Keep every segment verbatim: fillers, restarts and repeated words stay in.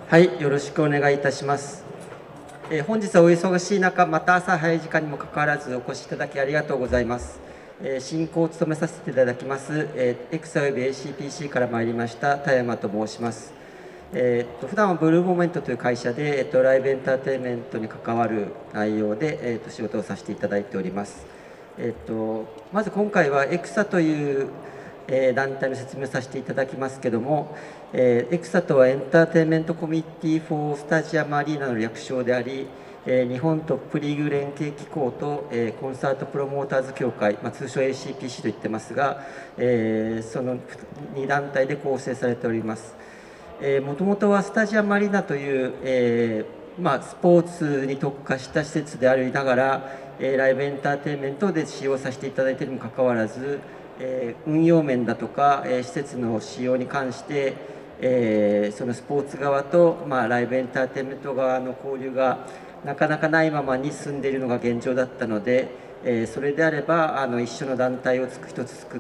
はい、よろしくお願いいたします。えー本日はお忙しい中、また朝早い時間にもかかわらずお越しいただきありがとうございます。えー進行を務めさせていただきます、えー、エクサおよび エーシーピーシー から参りました田山と申します。えーっと普段はブルーモーメントという会社で、えーっとライブエンターテインメントに関わる内容で、えーっと仕事をさせていただいております。えーっとまず今回はエクサというえー団体の説明をさせていただきますけども、えーエクサとはエンターテインメントコミュニティ・フォー・スタジアム・アリーナの略称であり、えー日本トップリーグ連携機構と、えーコンサートプロモーターズ協会、まあ、通称 エーシーピーシー と言ってますが、えーそのに団体で構成されております。もともとはスタジアムアリーナという、えーまあ、スポーツに特化した施設でありながら、えーライブエンターテインメントで使用させていただいているにもかかわらず、えー運用面だとか、えー施設の使用に関して、えーそのスポーツ側と、まあ、ライブエンターテインメント側の交流がなかなかないままに進んでいるのが現状だったので、えーそれであればあの一緒の団体を一つ作って、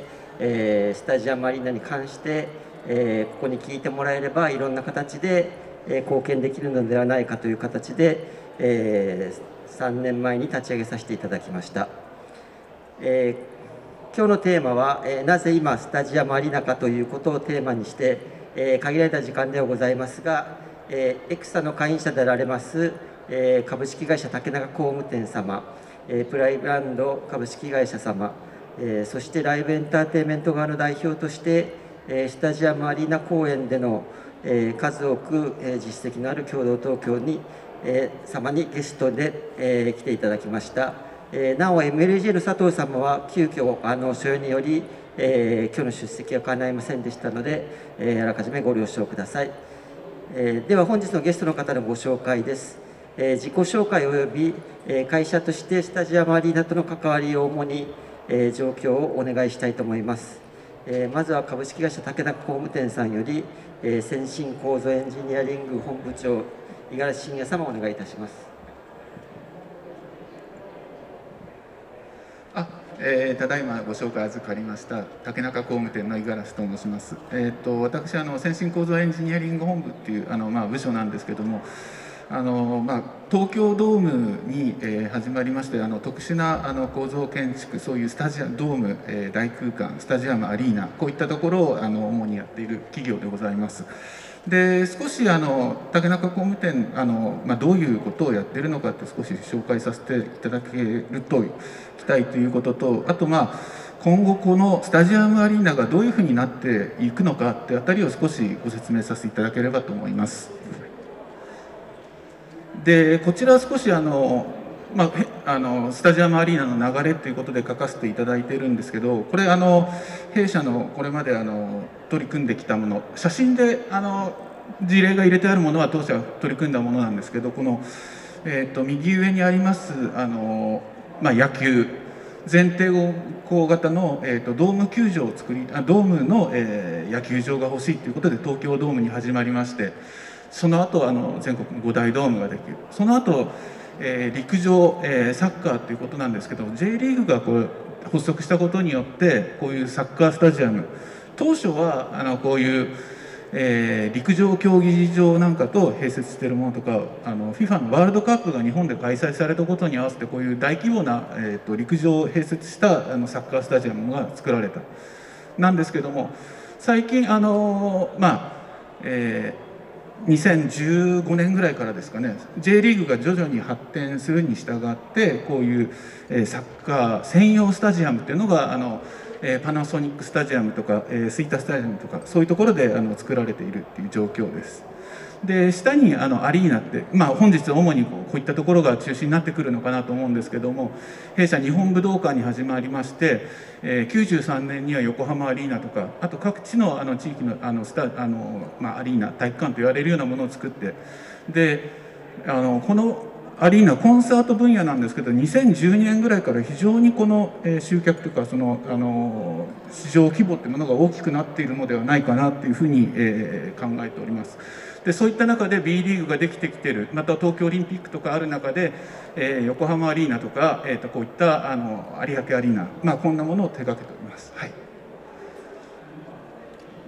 えースタジアムアリーナに関してえーここに聞いてもらえればいろんな形で、えー貢献できるのではないかという形で、えーさんねんまえに立ち上げさせていただきました。えー今日のテーマは、えーなぜ今スタジアムアリーナかということをテーマにして、えー限られた時間ではございますが、えーエクサの会員者であられます、えー株式会社竹中工務店様、えープライブランド株式会社様、えーそしてライブエンターテインメント側の代表として、えースタジアムアリーナ公演での、えー数多く、えー実績のある共同東京に、えー様にゲストで、えー来ていただきました。えーなお エムエルジェー の佐藤様は急遽あの所要により、えー今日の出席は叶いませんでしたので、えーあらかじめご了承ください。えーでは本日のゲストの方のご紹介です。えー自己紹介及び、えー会社としてスタジアムアリーナとの関わりを主に、えー状況をお願いしたいと思います。えーまずは株式会社竹中工務店さんより、えー先進構造エンジニアリング本部長五十嵐信也様お願いいたします。 あ、えーただいまご紹介預かりました竹中工務店の五十嵐と申します。えっ、と私あの先進構造エンジニアリング本部っていうあのまあ部署なんですけども、あのまあ東京ドームに、えー始まりましてあの特殊なあの構造建築、そういうスタジアムドーム、えー大空間、スタジアムアリーナ、こういったところをあの主にやっている企業でございます。で少しあの竹中工務店あの、まあ、どういうことをやっているのかって少し紹介させていただけるときたいということと、あとまあ今後このスタジアムアリーナがどういうふうになっていくのかってあたりを少しご説明させていただければと思います。でこちらは少しあの、まあ、あのスタジアムアリーナの流れということで書かせていただいているんですけど、これあの弊社のこれまであの取り組んできたもの、写真であの事例が入れてあるものは当社が取り組んだものなんですけど、この、えー、と右上にありますあの、まあ、野球前提校型の、えー、とドーム球場を作りあドームの、えー野球場が欲しいということで東京ドームに始まりまして、その後あの全国ご大ドームができる、その後、えー陸上、えーサッカーということなんですけど、 J リーグがこう発足したことによってこういうサッカースタジアム、当初はあのこういう、えー陸上競技場なんかと併設しているものとか、あの フィファ のワールドカップが日本で開催されたことに合わせてこういう大規模な、えー、と陸上を併設したあのサッカースタジアムが作られたなんですけども、最近あのまあえーにせんじゅうごねんぐらいからですかね、 J リーグが徐々に発展するに従ってこういう、えーサッカー専用スタジアムっていうのがあの、えーパナソニックスタジアムとか、えー吹田スタジアムとかそういうところであの作られているっていう状況です。で下にあのアリーナって、まあ、本日主にこうこういったところが中心になってくるのかなと思うんですけども、弊社日本武道館に始まりまして、えーきゅうじゅうさんねんには横浜アリーナとか、あと各地のあの地域のあのスタあの、まあ、アリーナ体育館と言われるようなものを作って、であのこのアリーナコンサート分野なんですけど、にせんじゅうにねんぐらいから非常にこの、えー集客とかそのあの市場規模っていうものが大きくなっているのではないかなというふうに、えー考えております。でそういった中で B リーグができてきている、また東京オリンピックとかある中で、えー横浜アリーナとか、えー、とこういったあの有明アリーナ、まあ、こんなものを手掛けております。はい、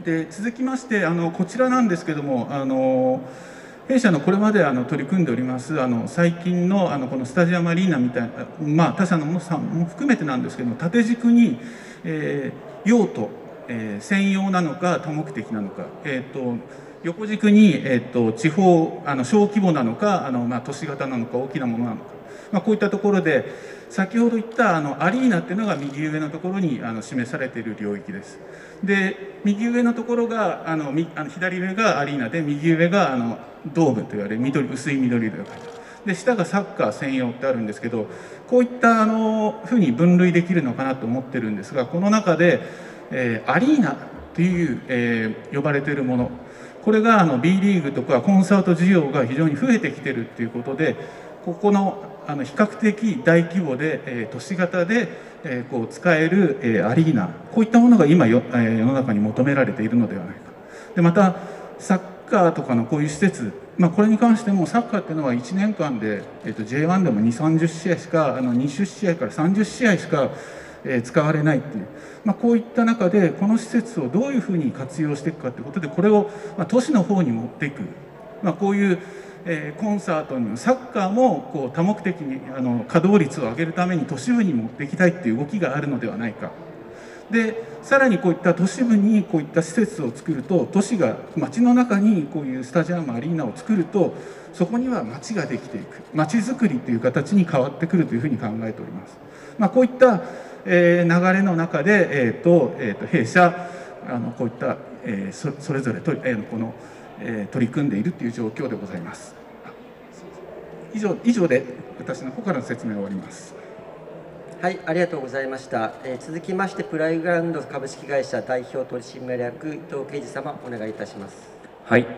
で続きましてあのこちらなんですけども、あの弊社のこれまであの取り組んでおりますあの最近のあのこのスタジアムアリーナみたいな、まあ、他社のものさんも含めてなんですけども、縦軸に、えー、用途、えー、専用なのか多目的なのか、えーと横軸に、えー、と地方あの小規模なのかあの、まあ、都市型なのか大きなものなのか、まあ、こういったところで先ほど言ったあのアリーナっていうのが右上のところにあの示されている領域です。で右上のところがあのあの左上がアリーナで右上があのドームと言われる緑薄い緑色が書いてある。で下がサッカー専用ってあるんですけど、こういったあのふうに分類できるのかなと思ってるんですが、この中で、えー、アリーナという、えー、呼ばれているもの、これがあの B リーグとかコンサート需要が非常に増えてきてるっていうことで、ここのあの比較的大規模で、えー、都市型で、えー、こう使える、えー、アリーナ、こういったものが今よ、えー、世の中に求められているのではないか。でまたサッカーとかのこういう施設、まあ、これに関してもサッカーっていうのはいちねんかんで、えー、と ジェイワン でもにじゅう、さんじゅっしあいしかあのにじゅっしあいからさんじゅっしあいしか、えー、使われないっていう、まあ、こういった中でこの施設をどういうふうに活用していくかということで、これを、まあ、都市の方に持っていく、まあ、こういうえー、コンサートにもサッカーもこう多目的にあの稼働率を上げるために都市部に持っていきたいっていう動きがあるのではないか。でさらにこういった都市部にこういった施設を作ると、都市が街の中にこういうスタジアムアリーナを作ると、そこには街ができていく、街づくりという形に変わってくるというふうに考えております。まあ、こういった、えー、流れの中で、えーとえー、と弊社あのこういった、えー、そ, それぞれと、えー、このえー、取り組んでいるという状況でございます。以上、以上で私の方からの説明を終わります。 はい、ありがとうございました。えー、続きましてプライグラウンド株式会社代表取締役伊藤啓二様、お願いいたします。 はい。よ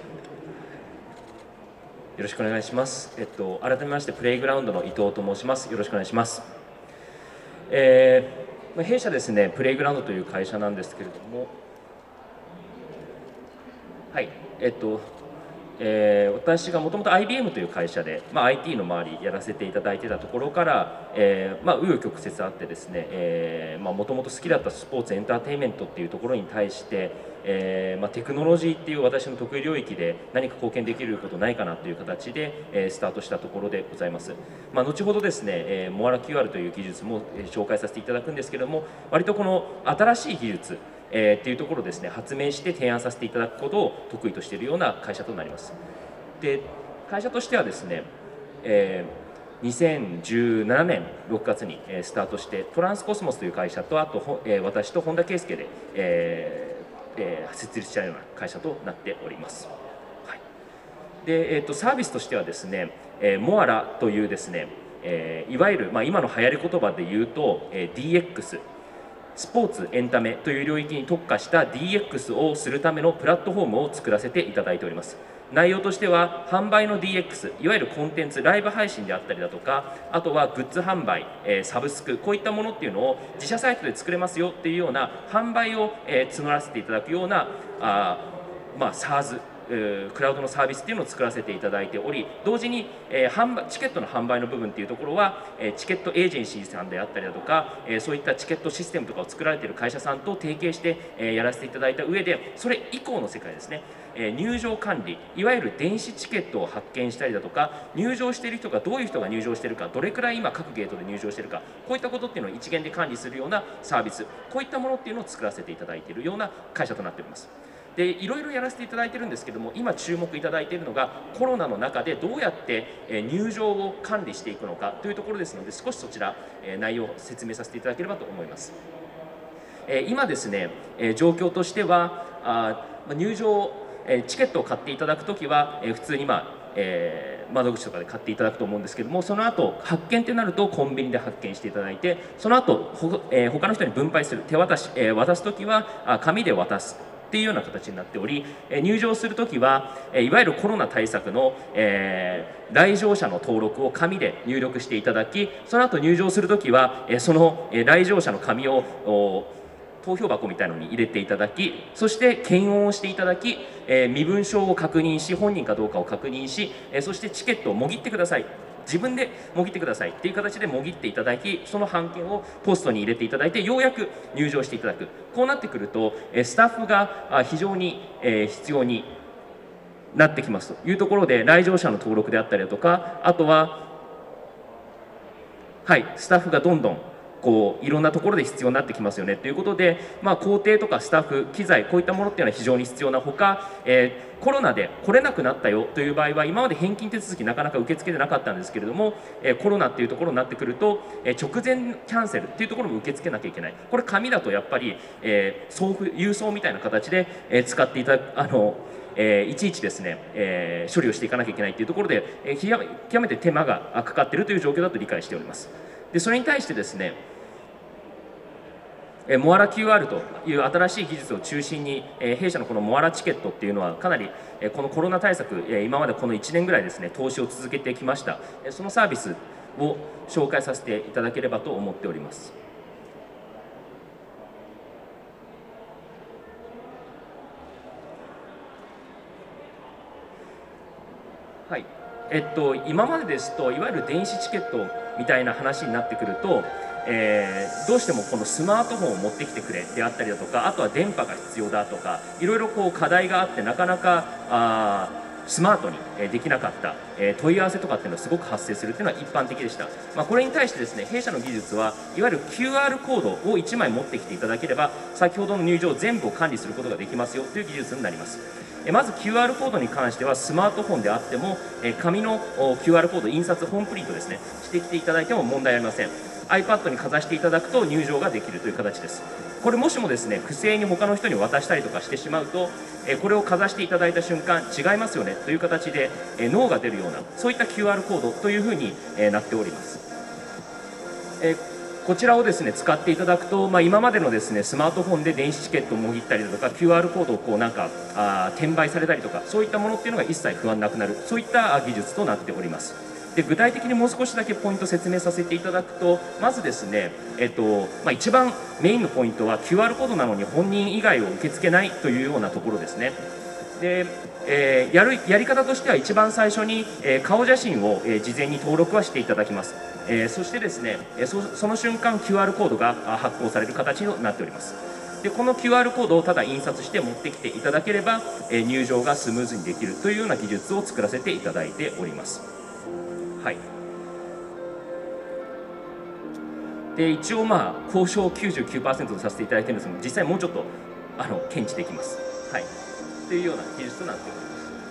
ろしくお願いします。えっと改めましてプレイグラウンドの伊藤と申します。よろしくお願いします。えー、弊社ですね、プレイグラウンドという会社なんですけれども。はい、えっと、えー、私がもともと アイビーエム という会社で、まあ、アイティー の周りやらせていただいてたところから、えー、まあ紆余曲折あってですね、えー、まあもともと好きだったスポーツエンターテインメントっていうところに対して、えーまあ、テクノロジーっていう私の得意領域で何か貢献できることないかなという形で、えー、スタートしたところでございます。まあ、後ほどですね、えー、モアラ キューアール という技術も、えー、紹介させていただくんですけれども、割とこの新しい技術えー、っていうところをですね発明して提案させていただくことを得意としているような会社となります。で会社としてはですね、えー、にせんじゅうななねんろくがつにスタートしてトランスコスモスという会社とあと、えー、私と本田圭佑で、えーえー、設立したような会社となっております。はい、で、えー、とサービスとしてはですね、えー、モアラというですね、えー、いわゆる、まあ、今の流行り言葉で言うと、えー、ディーエックススポーツエンタメという領域に特化した ディーエックス をするためのプラットフォームを作らせていただいております。内容としては販売の ディーエックス、いわゆるコンテンツライブ配信であったりだとか、あとはグッズ販売、えー、サブスク、こういったものっていうのを自社サイトで作れますよっていうような販売を、えー、募らせていただくようなあ、まあ、サーズクラウドのサービスっていうのを作らせていただいており、同時に、えー、販売チケットの販売の部分っていうところは、えー、チケットエージェンシーさんであったりだとか、えー、そういったチケットシステムとかを作られている会社さんと提携して、えー、やらせていただいた上で、それ以降の世界ですね、えー、入場管理、いわゆる電子チケットを発見したりだとか、入場している人がどういう人が入場しているか、どれくらい今各ゲートで入場しているか、こういったことっていうのを一元で管理するようなサービス、こういったものっていうのを作らせていただいているような会社となっております。でいろいろやらせていただいているんですけども、今注目いただいているのがコロナの中でどうやって入場を管理していくのかというところですので、少しそちら内容を説明させていただければと思います。今ですね、状況としては入場チケットを買っていただくときは普通にまあえー、窓口とかで買っていただくと思うんですけども、その後発券ってなるとコンビニで発券していただいて、その後ほ、えー、他の人に分配する手渡し、えー、渡すときはあ紙で渡すっていうような形になっており、えー、入場するときは、えー、いわゆるコロナ対策の、えー、来場者の登録を紙で入力していただき、その後入場するときは、えー、その、えー、来場者の紙を投票箱みたいなのに入れていただき、そして検温をしていただき、えー、身分証を確認し、本人かどうかを確認し、えー、そしてチケットをもぎってください。 自分でもぎってくださいっていう形でもぎっていただき、その版権をポストに入れていただいて、ようやく入場していただく。こうなってくると、えスタッフが非常に必要になってきますというところで、来場者の登録であったりだとか、あとは、はい、スタッフがどんどんこういろんなところで必要になってきますよねということで、まあ、工程とかスタッフ、機材、こういったものっていうのは非常に必要なほか、えー、コロナで来れなくなったよという場合は、今まで返金手続きなかなか受け付けてなかったんですけれども、えー、コロナっていうところになってくると、えー、直前キャンセルっていうところも受け付けなきゃいけない。これ紙だとやっぱり、えー、送付郵送みたいな形で、えー、使っていただく、あのえー、いちいちですね、えー、処理をしていかなきゃいけないというところで、えー、極めて手間がかかっているという状況だと理解しております。でそれに対してですね、えー、モアラ キューアール という新しい技術を中心に、えー、弊社のこのモアラチケットっていうのはかなり、えー、このコロナ対策、えー、今までこのいちねんぐらいですね投資を続けてきました。えー、そのサービスを紹介させていただければと思っております。はい、えっと、今までですといわゆる電子チケットみたいな話になってくると、えー、どうしてもこのスマートフォンを持ってきてくれであったりだとか、あとは電波が必要だとか、いろいろこう課題があってなかなかあスマートにできなかった、えー、問い合わせとかっていうのはすごく発生するっていうのは一般的でした。まあ、これに対してですね、弊社の技術はいわゆる キューアール コードをいちまい持ってきていただければ、先ほどの入場全部を管理することができますよという技術になります。まず キューアール コードに関してはスマートフォンであっても紙の キューアール コード印刷ホームプリントですねしてきていただいても問題ありません。 iPad にかざしていただくと入場ができるという形です。これもしもですね不正に他の人に渡したりとかしてしまうと、これをかざしていただいた瞬間違いますよねという形でノーが出るような、そういった キューアール コードというふうになっております。こちらをですね使っていただくと、まあ、今までのですねスマートフォンで電子チケットをもぎったりだとか キューアール コードをこうなんかあ転売されたりとか、そういったものっていうのが一切不安なくなる、そういった技術となっております。で具体的にもう少しだけポイント説明させていただくと、まずですね、えっとまあ、一番メインのポイントは キューアール コードなのに本人以外を受け付けないというようなところですね。でえー、やるやり方としては一番最初に、えー、顔写真を、えー、事前に登録はしていただきます。えー、そしてですね、えー、そ, その瞬間 キューアール コードが発行される形になっております。でこの キューアール コードをただ印刷して持ってきていただければ、えー、入場がスムーズにできるというような技術を作らせていただいております。はい、で一応まあ交渉 きゅうじゅうきゅうパーセント とさせていただいているんですが、実際もうちょっとあの検知できます。はい、というような技術となっております。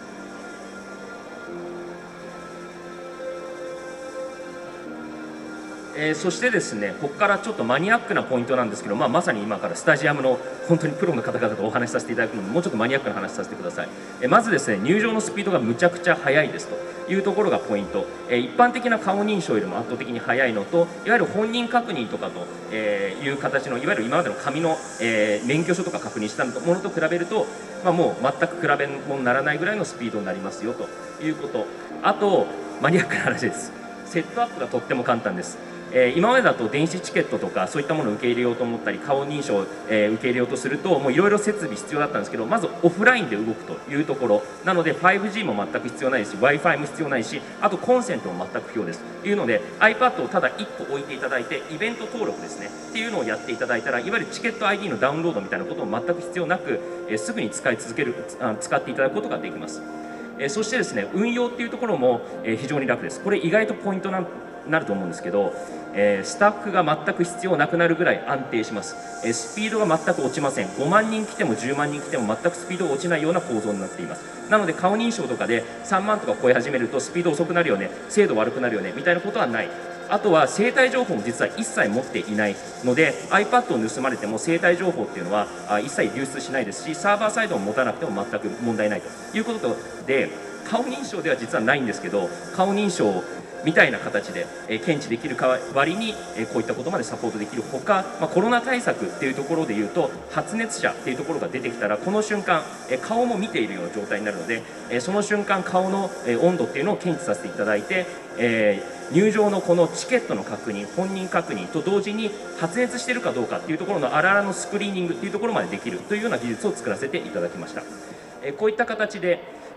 えー、そしてですね、ここからちょっとマニアックなポイントなんですけど、まあ、まさに今からスタジアムの本当にプロの方々とお話しさせていただくので、もうちょっとマニアックな話させてください。えー、まずですね、入場のスピードがむちゃくちゃ速いですというところがポイント。えー、一般的な顔認証よりも圧倒的に速いのと、いわゆる本人確認とかと、えー、いう形のいわゆる今までの紙の、えー、免許証とか確認したものと比べると、まあ、もう全く比べ物にならないぐらいのスピードになりますよということ。あとマニアックな話です。セットアップがとっても簡単です。えー、今までだと電子チケットとかそういったものを受け入れようと思ったり、顔認証を、えー、受け入れようとするともういろいろ設備必要だったんですけど、まずオフラインで動くというところなので ファイブジー も全く必要ないし Wi-Fi も必要ないし、あとコンセントも全く不要ですというので iPad をただいっこ置いていただいてイベント登録ですねっていうのをやっていただいたら、いわゆるチケット アイディー のダウンロードみたいなことも全く必要なく、えー、すぐに使い続けるあ使っていただくことができます。えー、そしてですね運用っていうところも、えー、非常に楽です。これ意外とポイントななると思うんですけど、えー、スタッフが全く必要なくなるぐらい安定します。えー、スピードが全く落ちません。ごまんにん来てもじゅうまんにん来ても全くスピードが落ちないような構造になっています。なので顔認証とかでさんまんとか超え始めるとスピード遅くなるよね、精度悪くなるよねみたいなことはない。あとは生体情報も実は一切持っていないので iPad を盗まれても生体情報っていうのは一切流出しないですし、サーバーサイドを持たなくても全く問題ないということで、顔認証では実はないんですけど、顔認証みたいな形で検知できる代わりにこういったことまでサポートできるほか、まあ、コロナ対策っていうところでいうと発熱者っていうところが出てきたらこの瞬間顔も見ているような状態になるので、その瞬間顔の温度っていうのを検知させていただいて、入場のこのチケットの確認、本人確認と同時に発熱しているかどうかっていうところのあらあらのスクリーニングっていうところまでできるというような技術を作らせていただきました。こういった形で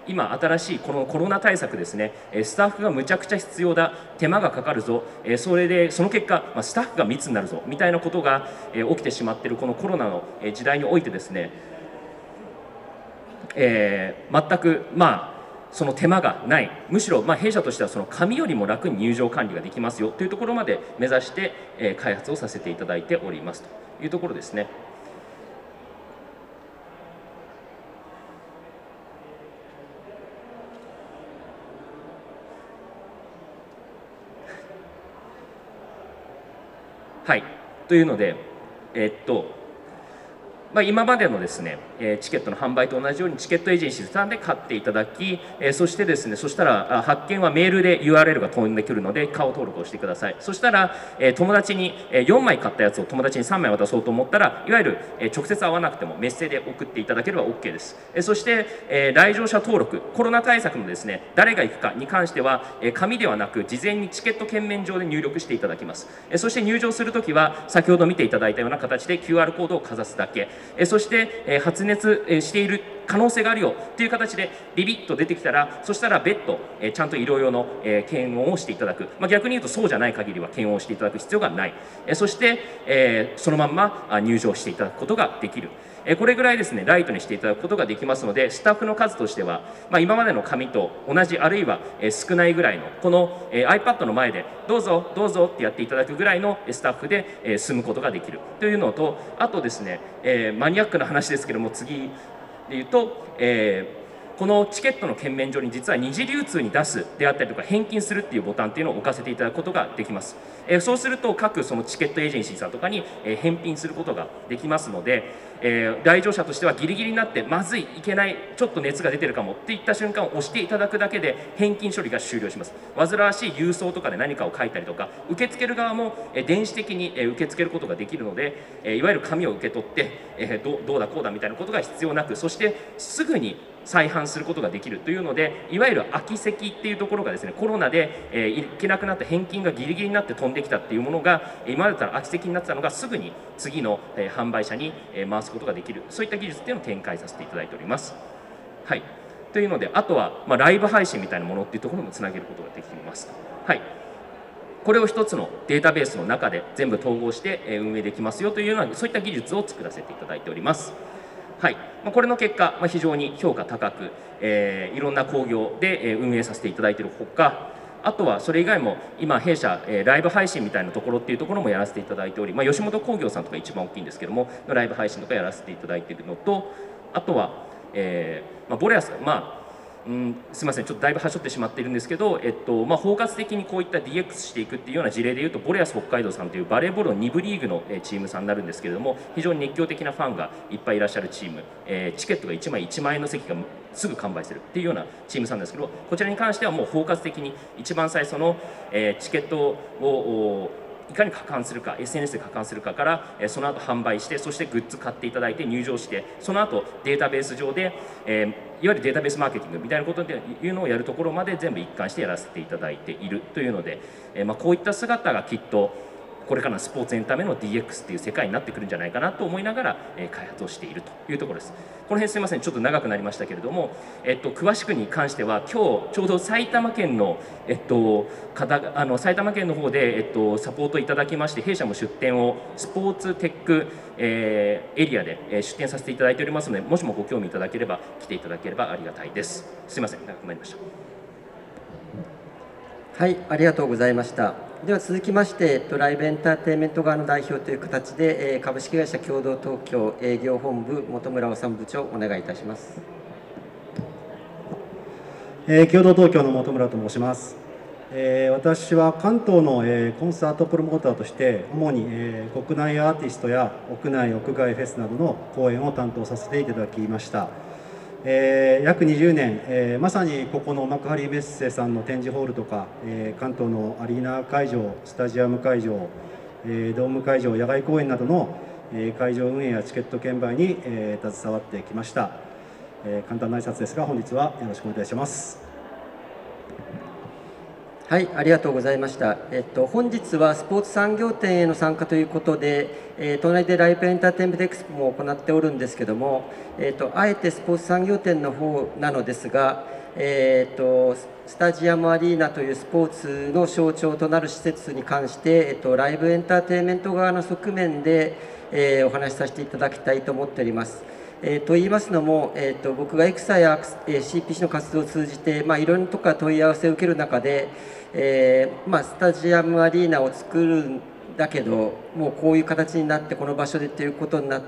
今新しいこのコロナ対策ですね、スタッフがむちゃくちゃ必要だ、手間がかかるぞ、それでその結果スタッフが密になるぞみたいなことが起きてしまっているこのコロナの時代においてですね、えー、全くまあその手間がない、むしろまあ弊社としてはその紙よりも楽に入場管理ができますよというところまで目指して、えー、開発をさせていただいておりますというところですね。はい、というので、えー、っとまあ、今までのですね、えチケットの販売と同じようにチケットエージェンシーさんで買っていただき、えそしてですね、そしたら発券はメールで ユーアールエル が飛んでくるので顔登録をしてください。そしたら、え友達によんまい買ったやつを友達にさんまい渡そうと思ったら、いわゆる直接会わなくてもメッセージで送っていただければ OK です。えそして、え来場者登録、コロナ対策のですね、誰が行くかに関しては、え紙ではなく事前にチケット券面上で入力していただきます。えそして入場するときは先ほど見ていただいたような形で キューアール コードをかざすだけ。えそしてえ発熱している可能性があるよという形でビビッと出てきたら、そしたら別途えちゃんと医療用のえ検温をしていただく、まあ、逆に言うとそうじゃない限りは検温をしていただく必要がない、えそしてえそのまんま入場していただくことができる。これぐらいですねライトにしていただくことができますので、スタッフの数としては、まあ、今までの紙と同じ、あるいは少ないぐらいのこの iPad の前でどうぞどうぞってやっていただくぐらいのスタッフで済むことができるというのと、あとですね、えー、マニアックな話ですけども、次で言うと、えーこのチケットの券面上に実は二次流通に出すであったりとか返金するっていうボタンっていうのを置かせていただくことができます。えー、そうすると各そのチケットエージェンシーさんとかに、えー、返品することができますので、えー、来場者としてはギリギリになってまずい、いけない、ちょっと熱が出てるかもっていった瞬間を押していただくだけで返金処理が終了します。煩わしい郵送とかで何かを書いたりとか、受け付ける側も、えー、電子的に、えー、受け付けることができるので、えー、いわゆる紙を受け取って、えー、ど, どうだこうだみたいなことが必要なく、そしてすぐに再販することができるというので、いわゆる空き席っていうところがですね、コロナで、えー、行けなくなった返金がギリギリになって飛んできたっていうものが、今までだったら空き席になってたのがすぐに次の、えー、販売者に、えー、回すことができる、そういった技術っていうのを展開させていただいております。はい、というので、あとは、まあ、ライブ配信みたいなものっていうところもつなげることができます。はい、これを一つのデータベースの中で全部統合して運営できますよというような、そういった技術を作らせていただいております。はい、これの結果、非常に評価高く、えー、いろんな興行で運営させていただいているほか、あとはそれ以外も今弊社ライブ配信みたいなところっていうところもやらせていただいており、まあ、吉本興業さんとか一番大きいんですけどもライブ配信とかやらせていただいているのと、あとは、えーまあ、ボレアスまあうん、すみません、ちょっとだいぶはしょってしまっているんですけど、えっとまあ、包括的にこういった ディーエックス していくっていうような事例でいうと、ボレアス北海道さんというバレーボールのに部リーグのチームさんになるんですけれども、非常に熱狂的なファンがいっぱいいらっしゃるチーム、えー、チケットがいちまいいちまん円の席がすぐ完売するっていうようなチームさんですけど、こちらに関してはもう包括的に一番最初の、えー、チケットをいかに加管するか、 エスエヌエス で加管するかから、えその後販売して、そしてグッズ買っていただいて入場して、その後データベース上で、えー、いわゆるデータベースマーケティングみたいなことでいうのをやるところまで全部一貫してやらせていただいているというので、えーまあ、こういった姿がきっとこれからのスポーツエンタメの ディーエックス っていう世界になってくるんじゃないかなと思いながら、えー、開発をしているというところです。この辺すみません、ちょっと長くなりましたけれども、えっと、詳しくに関しては今日ちょうど埼玉県の、えっと、方あの埼玉県の方で、えっと、サポートいただきまして、弊社も出店をスポーツテック、えー、エリアで、えー、出店させていただいておりますので、もしもご興味いただければ来ていただければありがたいです。すみません、長くなりました。 はい、ありがとうございました。では続きまして、ライブエンターテインメント側の代表という形で、株式会社共同東京営業本部本村修部長、お願いいたします。 えー、共同東京の本村と申します。えー、私は関東の、えー、コンサートプロモーターとして、主に、えー、国内アーティストや屋内屋外フェスなどの公演を担当させていただきました。えー、約にじゅうねん、えー、まさにここの幕張メッセさんの展示ホールとか、えー、関東のアリーナ会場、スタジアム会場、えー、ドーム会場、野外公演などの、えー、会場運営やチケット券売に、えー、携わってきました。えー、簡単な挨拶ですが、本日はよろしくお願いします。 はい、ありがとうございました。えっと、本日はスポーツ産業展への参加ということで、えー、隣でライブエンターテインメントエクスポも行っておるんですけども、えっと、あえてスポーツ産業展の方なのですが、 えー、とスタジアムアリーナというスポーツの象徴となる施設に関して、えー、とライブエンターテインメント側の側面で、えー、お話しさせていただきたいと思っております。えー、と言いますのも、えー、と僕がエクサや シーピーシー の活動を通じて、まあ、いろんなところから問い合わせを受ける中で、えーまあ、スタジアムアリーナを作るんだけどもうこういう形になってこの場所でということになって、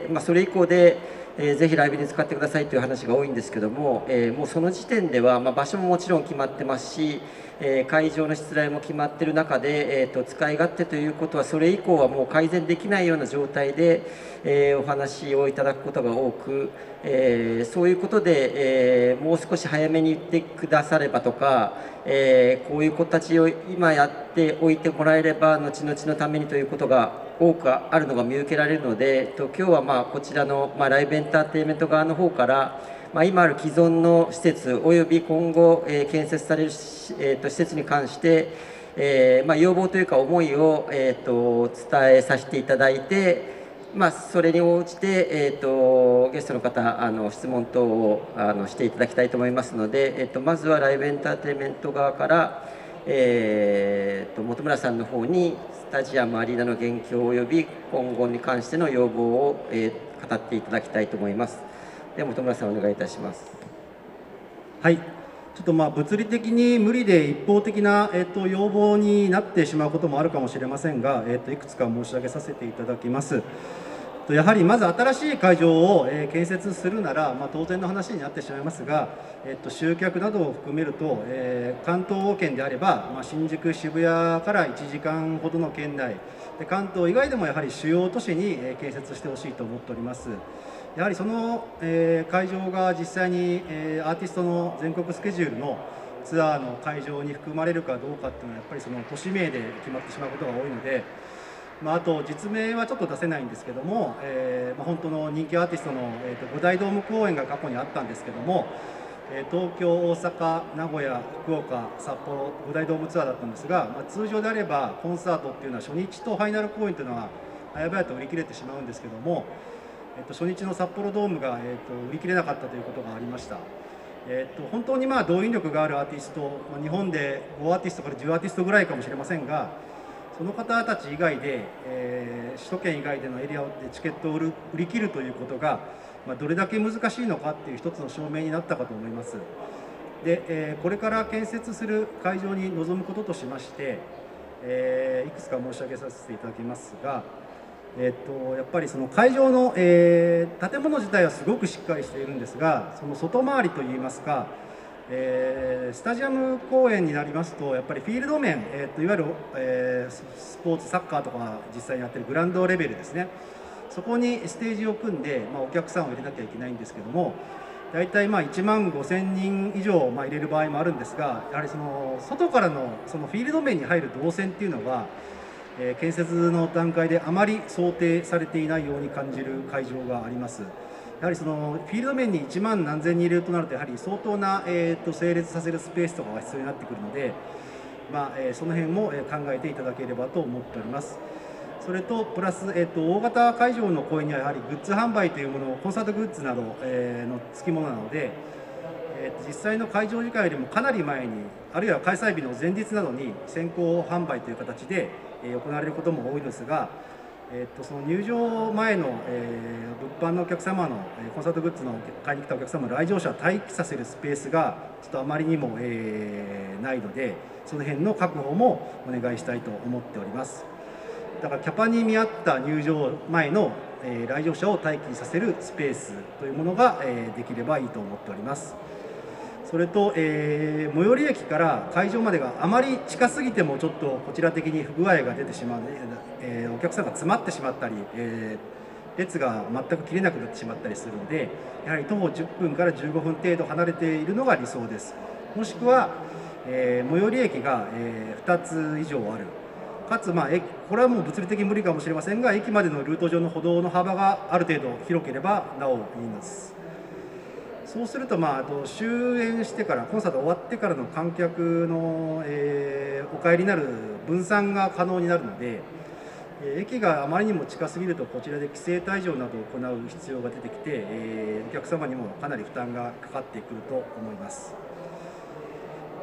まあ、それ以降で、えー、ぜひライブに使ってくださいという話が多いんですけども、えー、もうその時点では、まあ、場所ももちろん決まってますし、えー、会場のしつらいも決まっている中で、えー、と使い勝手ということはそれ以降はもう改善できないような状態で、えー、お話をいただくことが多く、えー、そういうことで、えー、もう少し早めに言ってくださればとか、えー、こういう子たちを今やっておいてもらえれば後々のためにということが多くあるのが見受けられるので、と今日はまあこちらの、まあ、ライブエンターテインメント側の方から、まあ、今ある既存の施設および今後、えー、建設される、えー、と施設に関して、えーまあ、要望というか思いを、えー、と伝えさせていただいて、まあ、それに応じて、えー、とゲストの方あの質問等をあのしていただきたいと思いますので、えー、とまずはライブエンターテインメント側から、えー、と本村さんの方にスタジアムアリーナの現況および今後に関しての要望を、えー、語っていただきたいと思います。では本村さんお願いいたします。 はい、ちょっとまあ物理的に無理で一方的な、えー、と要望になってしまうこともあるかもしれませんが、えー、といくつか申し上げさせていただきます。やはりまず新しい会場を、えー、建設するなら、まあ、当然の話になってしまいますが、えー、と集客などを含めると、えー、関東圏であれば、まあ、新宿、渋谷からいちじかんほどの圏内で、関東以外でもやはり主要都市に、えー、建設してほしいと思っております。やはりその、えー、会場が実際に、えー、アーティストの全国スケジュールのツアーの会場に含まれるかどうかっていうのはやっぱりその都市名で決まってしまうことが多いので、まあ、あと実名はちょっと出せないんですけども、えーまあ、本当の人気アーティストの、えー、とご大ドーム公演が過去にあったんですけども、えー、東京、大阪、名古屋、福岡、札幌ご大ドームツアーだったんですが、まあ、通常であればコンサートっていうのは初日とファイナル公演というのは早々と売り切れてしまうんですけども、えー、と初日の札幌ドームが、えー、と売り切れなかったということがありました。えー、と本当にまあ動員力があるアーティスト、まあ、日本でごアーティストからじゅうアーティストぐらいかもしれませんが、その方たち以外で、えー、首都圏以外でのエリアでチケットを売る売り切るということが、まあ、どれだけ難しいのかっていう一つの証明になったかと思います。で、えー、これから建設する会場に臨むこととしまして、えー、いくつか申し上げさせていただきますが、えー、とやっぱりその会場の、えー、建物自体はすごくしっかりしているんですが、その外回りといいますか、えー、スタジアム公演になりますとやっぱりフィールド面、えー、といわゆる、えー、スポーツサッカーとか実際にやってるグラウンドレベルですね、そこにステージを組んで、まあ、お客さんを入れなきゃいけないんですけども、大体まあいちまんごせんにん以上、まあ、入れる場合もあるんですが、やはりその外からのそのフィールド面に入る動線っていうのは、えー、建設の段階であまり想定されていないように感じる会場があります。やはりそのフィールド面にいちまん何千人入れるとなると、やはり相当な、えー、と整列させるスペースとかが必要になってくるので、まあえー、その辺も考えていただければと思っております。それとプラス、えー、と大型会場の公演にはやはりグッズ販売というもの、コンサートグッズなど、えー、の付き物なので、えー、実際の会場時間よりもかなり前に、あるいは開催日の前日などに先行販売という形で、えー、行われることも多いですが、えー、とその入場前の、えー、物販のお客様の、えー、コンサートグッズの買いに来たお客様の来場者を待機させるスペースがちょっとあまりにも、えー、ないので、その辺の確保もお願いしたいと思っております。だからキャパに見合った入場前の、えー、来場者を待機させるスペースというものが、えー、できればいいと思っております。それと、えー、最寄り駅から会場までがあまり近すぎてもちょっとこちら的に不具合が出てしまうので、えー、お客さんが詰まってしまったり、えー、列が全く切れなくなってしまったりするので、やはり徒歩じゅっぷんからじゅうごふん程度離れているのが理想です。もしくは、えー、最寄り駅が、えー、ふたつ以上ある、かつ、まあ、これはもう物理的に無理かもしれませんが、駅までのルート上の歩道の幅がある程度広ければなおいいんです。そうすると、まあ、あと終演してから、コンサート終わってからの観客の、えー、お帰りになる分散が可能になるので、えー、駅があまりにも近すぎるとこちらで規制退場などを行う必要が出てきて、えー、お客様にもかなり負担がかかってくると思います。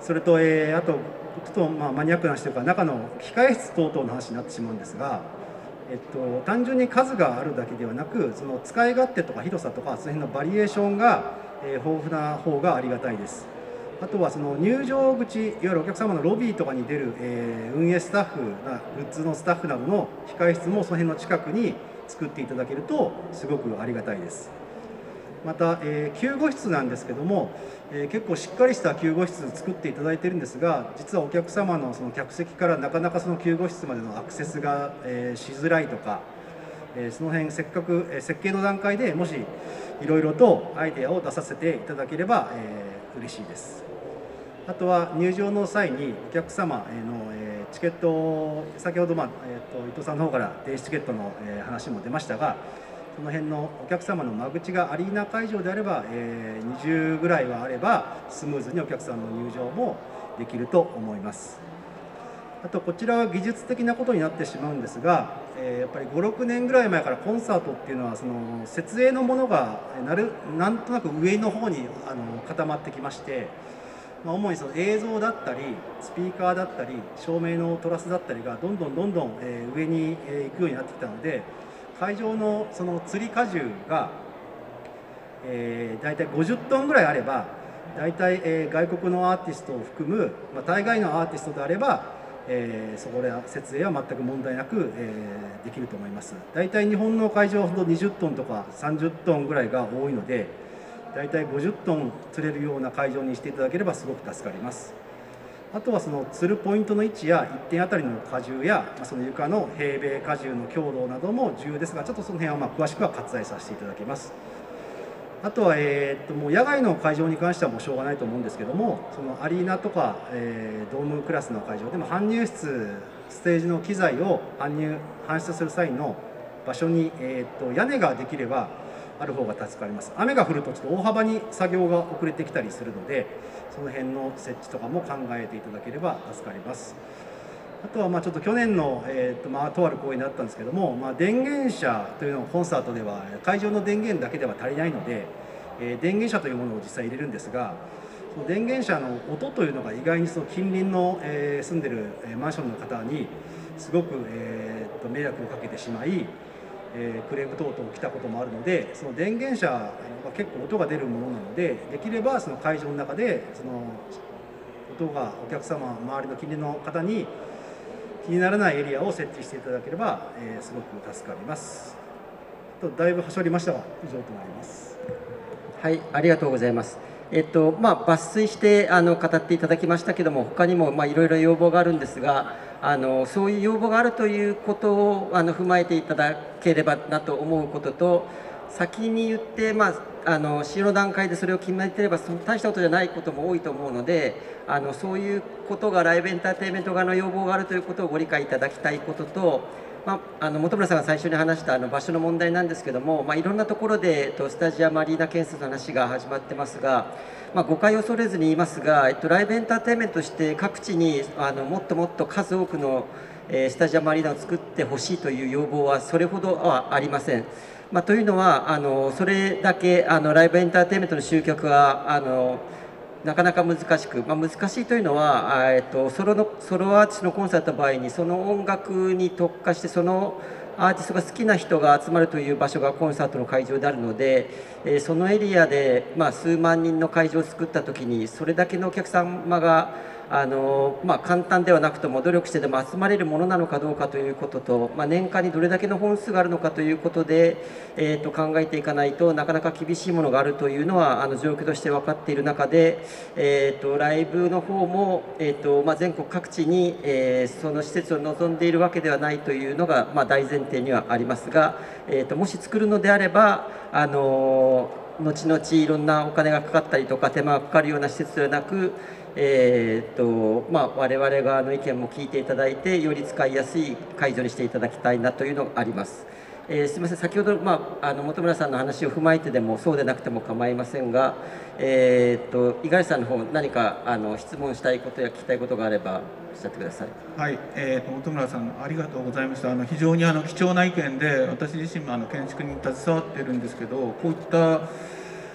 それと、えー、あとちょっとまあマニアックな話というか、中の控え室等々の話になってしまうんですが、えっと、単純に数があるだけではなく、その使い勝手とか広さとかその辺のバリエーションが、えー、豊富な方がありがたいです。あとはその入場口、いわゆるお客様のロビーとかに出る、えー、運営スタッフな、グッズのスタッフなどの控え室もその辺の近くに作っていただけるとすごくありがたいです。また、えー、救護室なんですけども、えー、結構しっかりした救護室作っていただいているんですが、実はお客様のその客席からなかなかその救護室までのアクセスが、えー、しづらいとか、えー、その辺せっかく、えー、設計の段階でもしいろいろとアイデアを出させていただければ、えー、嬉しいです。あとは入場の際にお客様の、えー、チケット、先ほど、まあえー、と伊藤さんの方から電子チケットの、えー、話も出ましたが、その辺のお客様の間口がアリーナ会場であれば、えー、にじゅうぐらいはあればスムーズにお客さんの入場もできると思います。あとこちらは技術的なことになってしまうんですが、えー、やっぱりごろくねんぐらい前からコンサートっていうのはその設営のものがなるなんとなく上の方にあの固まってきまして、まあ、主にその映像だったりスピーカーだったり照明のトラスだったりがどんどんどんどん、えー、上に、えー、行くようになってきたので、会場のその吊り荷重が、えー、大体ごじゅっトンぐらいあれば、大体、えー、外国のアーティストを含む、まあ、大概のアーティストであれば、えー、そこで設営は全く問題なく、えー、できると思います。大体日本の会場ほどにじゅっトンとかさんじゅっトンぐらいが多いので、大体ごじゅっトン釣れるような会場にしていただければすごく助かります。あとはその釣るポイントの位置やいってんあたりの荷重やその床の平米荷重の強度なども重要ですが、ちょっとその辺はまあ詳しくは割愛させていただきます。あとは、えー、っともう野外の会場に関してはもうしょうがないと思うんですけども、そのアリーナとか、えー、ドームクラスの会場でも搬入室、ステージの機材を搬入搬出する際の場所に、えー、っと屋根ができればある方が助かります。雨が降るとちょっと大幅に作業が遅れてきたりするので、その辺の設置とかも考えていただければ助かります。あとはまあちょっと去年の、えーとまあ、とある公演だったんですけども、まあ、電源車というのをコンサートでは会場の電源だけでは足りないので、えー、電源車というものを実際入れるんですが、その電源車の音というのが意外にその近隣の、えー、住んでるマンションの方にすごく、えー、と迷惑をかけてしまい、えー、クレーム等々起きたこともあるので、その電源車は結構音が出るものなので、できればその会場の中でその音がお客様周りの近隣の方に気にならないエリアを設置していただければ、えー、すごく助かります。とだいぶはしょりましたが以上となります。 はい、ありがとうございます。えっとまあ、抜粋してあの語っていただきましたけども、他にもまあいろいろ要望があるんですが、あのそういう要望があるということをあの踏まえていただければなと思うことと、先に言って、まあ、あの使用の段階でそれを決めていればその大したことじゃないことも多いと思うので、あのそういうことがライブエンターテインメント側の要望があるということをご理解いただきたいことと、まあ、あの本村さんが最初に話したあの場所の問題なんですけども、まあ、いろんなところで、えっと、スタジアムアリーナ建設の話が始まってますが、まあ、誤解を恐れずに言いますが、えっと、ライブエンターテインメントとして各地にあのもっともっと数多くの、えー、スタジアムアリーナを作ってほしいという要望はそれほどはありません。まあ、というのはあのそれだけあのライブエンターテインメントの集客はあのなかなか難しく、まあ、難しいというのは、えっと、ソロのソロアーティストのコンサートの場合にその音楽に特化してそのアーティストが好きな人が集まるという場所がコンサートの会場であるので、えー、そのエリアで、まあ、数万人の会場を作った時にそれだけのお客様があのまあ、簡単ではなくとも努力してでも集まれるものなのかどうかということと、まあ、年間にどれだけの本数があるのかということで、えー、と考えていかないとなかなか厳しいものがあるというのはあの状況として分かっている中で、えー、とライブの方も、えーとまあ、全国各地に、えー、その施設を望んでいるわけではないというのが、まあ、大前提にはありますが、えー、ともし作るのであればあの後々いろんなお金がかかったりとか手間がかかるような施設ではなく、えーとまあ、我々側の意見も聞いていただいてより使いやすい会場にしていただきたいなというのがあります。えー、すみません、先ほど、まあ、あの本村さんの話を踏まえてでもそうでなくても構いませんが、えー、と五十嵐さんの方何かあの質問したいことや聞きたいことがあればおっしゃってください。 はい、えー、と本村さんありがとうございました。あの非常にあの貴重な意見で、私自身もあの建築に携わっているんですけど、こういった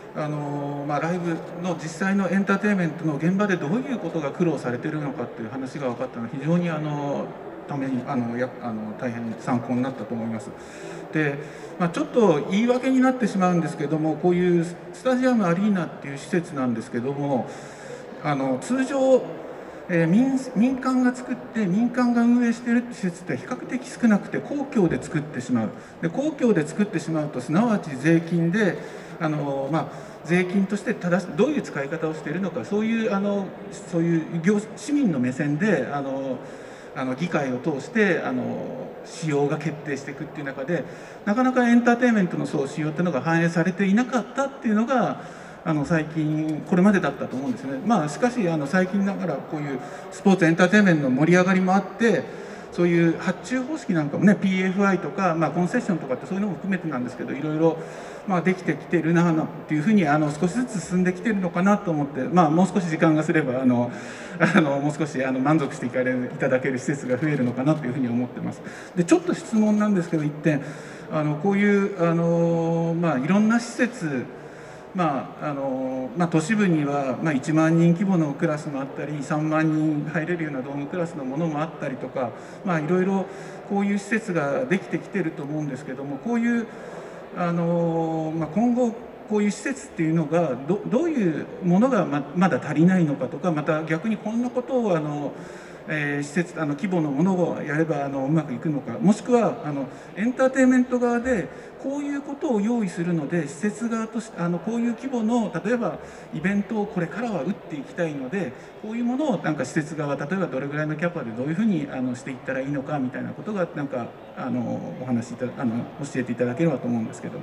あのまあ、ライブの実際のエンターテインメントの現場でどういうことが苦労されているのかっていう話が分かったのは非常にあのためにあのやあの大変参考になったと思います。で、まあ、ちょっと言い訳になってしまうんですけども、こういうスタジアムアリーナっていう施設なんですけども、あの通常、えー、民民間が作って民間が運営している施設って比較的少なくて、公共で作ってしまう。で公共で作ってしまうとすなわち税金であの、まあ、税金として正しどういう使い方をしているのか、そういうあのそういう業市民の目線であのあの議会を通してあの仕様が決定していくっていう中で、なかなかエンターテインメントのそう仕様っていうのが反映されていなかったっていうのがあの最近これまでだったと思うんですね。まあしかしあの最近ながらこういうスポーツエンターテインメントの盛り上がりもあって、そういう発注方式なんかもね ピーエフアイ とか、まあ、コンセッションとかってそういうのも含めてなんですけど、いろいろまあできてきてるなっていうふうにあの少しずつ進んできてるのかなと思って、まあ、もう少し時間がすればあのあのもう少しあの満足していかれいただける施設が増えるのかなというふうに思ってます。でちょっと質問なんですけど一点、あのこういうあの、まあ、いろんな施設、まああのまあ、都市部には、まあ、いちまんにん規模のクラスもあったり、さんまんにん入れるようなドームクラスのものもあったりとか、まあ、いろいろこういう施設ができてきてると思うんですけども、こういうあの、まあ、今後こういう施設っていうのが ど, どういうものが ま, まだ足りないのかとか、また逆にこんなことをあのえー、施設あの規模のものをやればあのうまくいくのか、もしくはあのエンターテインメント側でこういうことを用意するので、施設側としてあのこういう規模の例えばイベントをこれからは打っていきたいので、こういうものをなんか施設側、例えばどれぐらいのキャパでどういうふうにあのしていったらいいのかみたいなことがなんかあのお話しいたあの教えていただければと思うんですけども。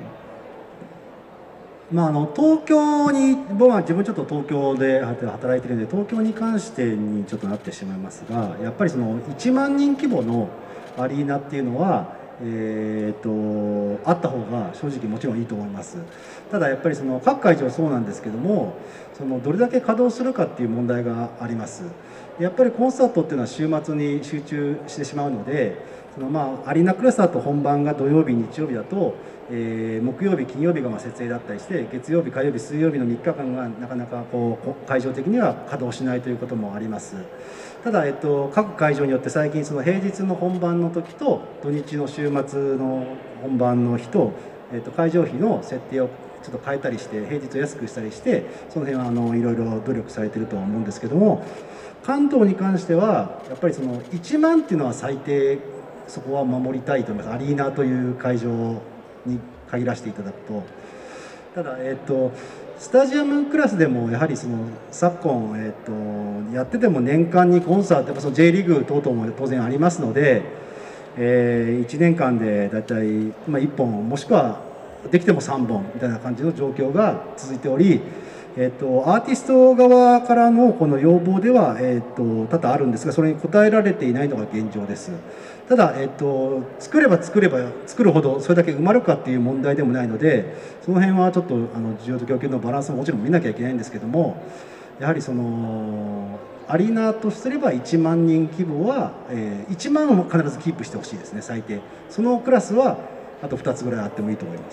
まあ、あの東京に僕は自分ちょっと東京で働いてるんで、東京に関してにちょっとなってしまいますが、やっぱりそのいちまんにん規模のアリーナっていうのは、えー、とあった方が正直もちろんいいと思います。ただやっぱりその各会場そうなんですけども、そのどれだけ稼働するかっていう問題があります。やっぱりコンサートっていうのは週末に集中してしまうので、そのまあアリーナクラスだと本番が土曜日日曜日だと、えー、木曜日金曜日がまあ設営だったりして、月曜日火曜日水曜日のみっかかんがなかなかこう会場的には稼働しないということもあります。ただ、えっと、各会場によって最近その平日の本番の時と土日の週末の本番の日と、えっと、会場費の設定をちょっと変えたりして、平日を安くしたりして、その辺はあのいろいろ努力されているとは思うんですけども、関東に関してはやっぱりそのいちまんっていうのは最低そこは守りたいと思います。アリーナという会場に限らせていただくと。ただ、えっと、スタジアムクラスでもやはりその昨今、えっと、やってても年間にコンサート、やっぱその J リーグ等々も当然ありますので、えー、いちねんかんでだいたい、まあ、いっぽんもしくはできてもさんぼんみたいな感じの状況が続いており、えっと、アーティスト側からのこの要望では、えっと、多々あるんですが、それに応えられていないのが現状です。ただ、えっと、作れば作れば作るほどそれだけ埋まるかっていう問題でもないので、その辺はちょっとあの需要と供給のバランスももちろん見なきゃいけないんですけども、やはりそのアリーナとすればいちまんにん規模は、えー、いちまんを必ずキープしてほしいですね、最低。そのクラスはあとふたつぐらいあってもいいと思います。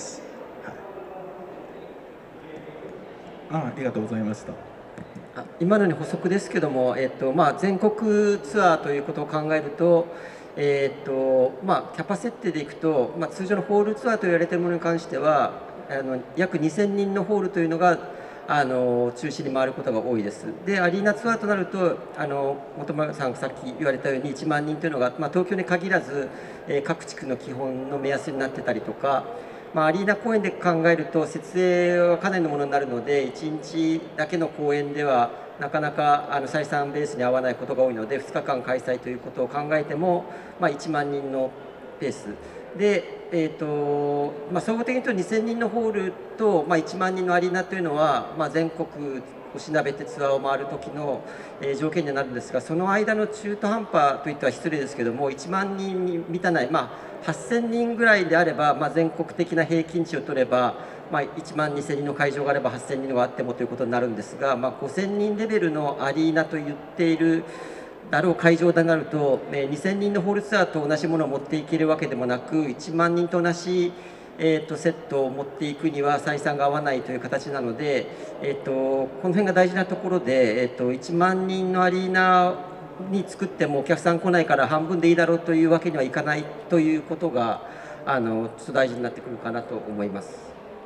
はい、あ, ありがとうございました。 今のに補足ですけども、えっとまあ、全国ツアーということを考えると、えーとまあ、キャパ設定でいくと、まあ、通常のホールツアーと言われているものに関してはあの約にせんにんのホールというのがあの中心に回ることが多いです。でアリーナツアーとなるとあの本村さんがさっき言われたようにいちまんにんというのが、まあ、東京に限らず、えー、各地区の基本の目安になってたりとか、まあ、アリーナ公演で考えると設営はかなりのものになるのでいちにちだけの公演ではなかなかあの採算ベースに合わないことが多いのでふつかかん開催ということを考えても、まあ、いちまんにんのペースで、えーとまあ、総合的に言うとにせんにんのホールと、まあ、いちまんにんのアリーナというのは、まあ、全国をしなべてツアーを回る時の、えー、条件になるんですが、その間の中途半端といっては失礼ですけどもいちまんにんに満たない、まあ、はっせんにんぐらいであれば、まあ、全国的な平均値を取ればまあ、いちまんにせんにんの会場があればはっせんにんがあってもということになるんですが、まあ、ごせんにんレベルのアリーナと言っているだろう会場となると、にせんにんのホールツアーと同じものを持っていけるわけでもなくいちまんにんと同じえー、とセットを持っていくには採算が合わないという形なので、えー、とこの辺が大事なところで、えー、といちまんにんのアリーナに作ってもお客さん来ないから半分でいいだろうというわけにはいかないということがあのちょっと大事になってくるかなと思います。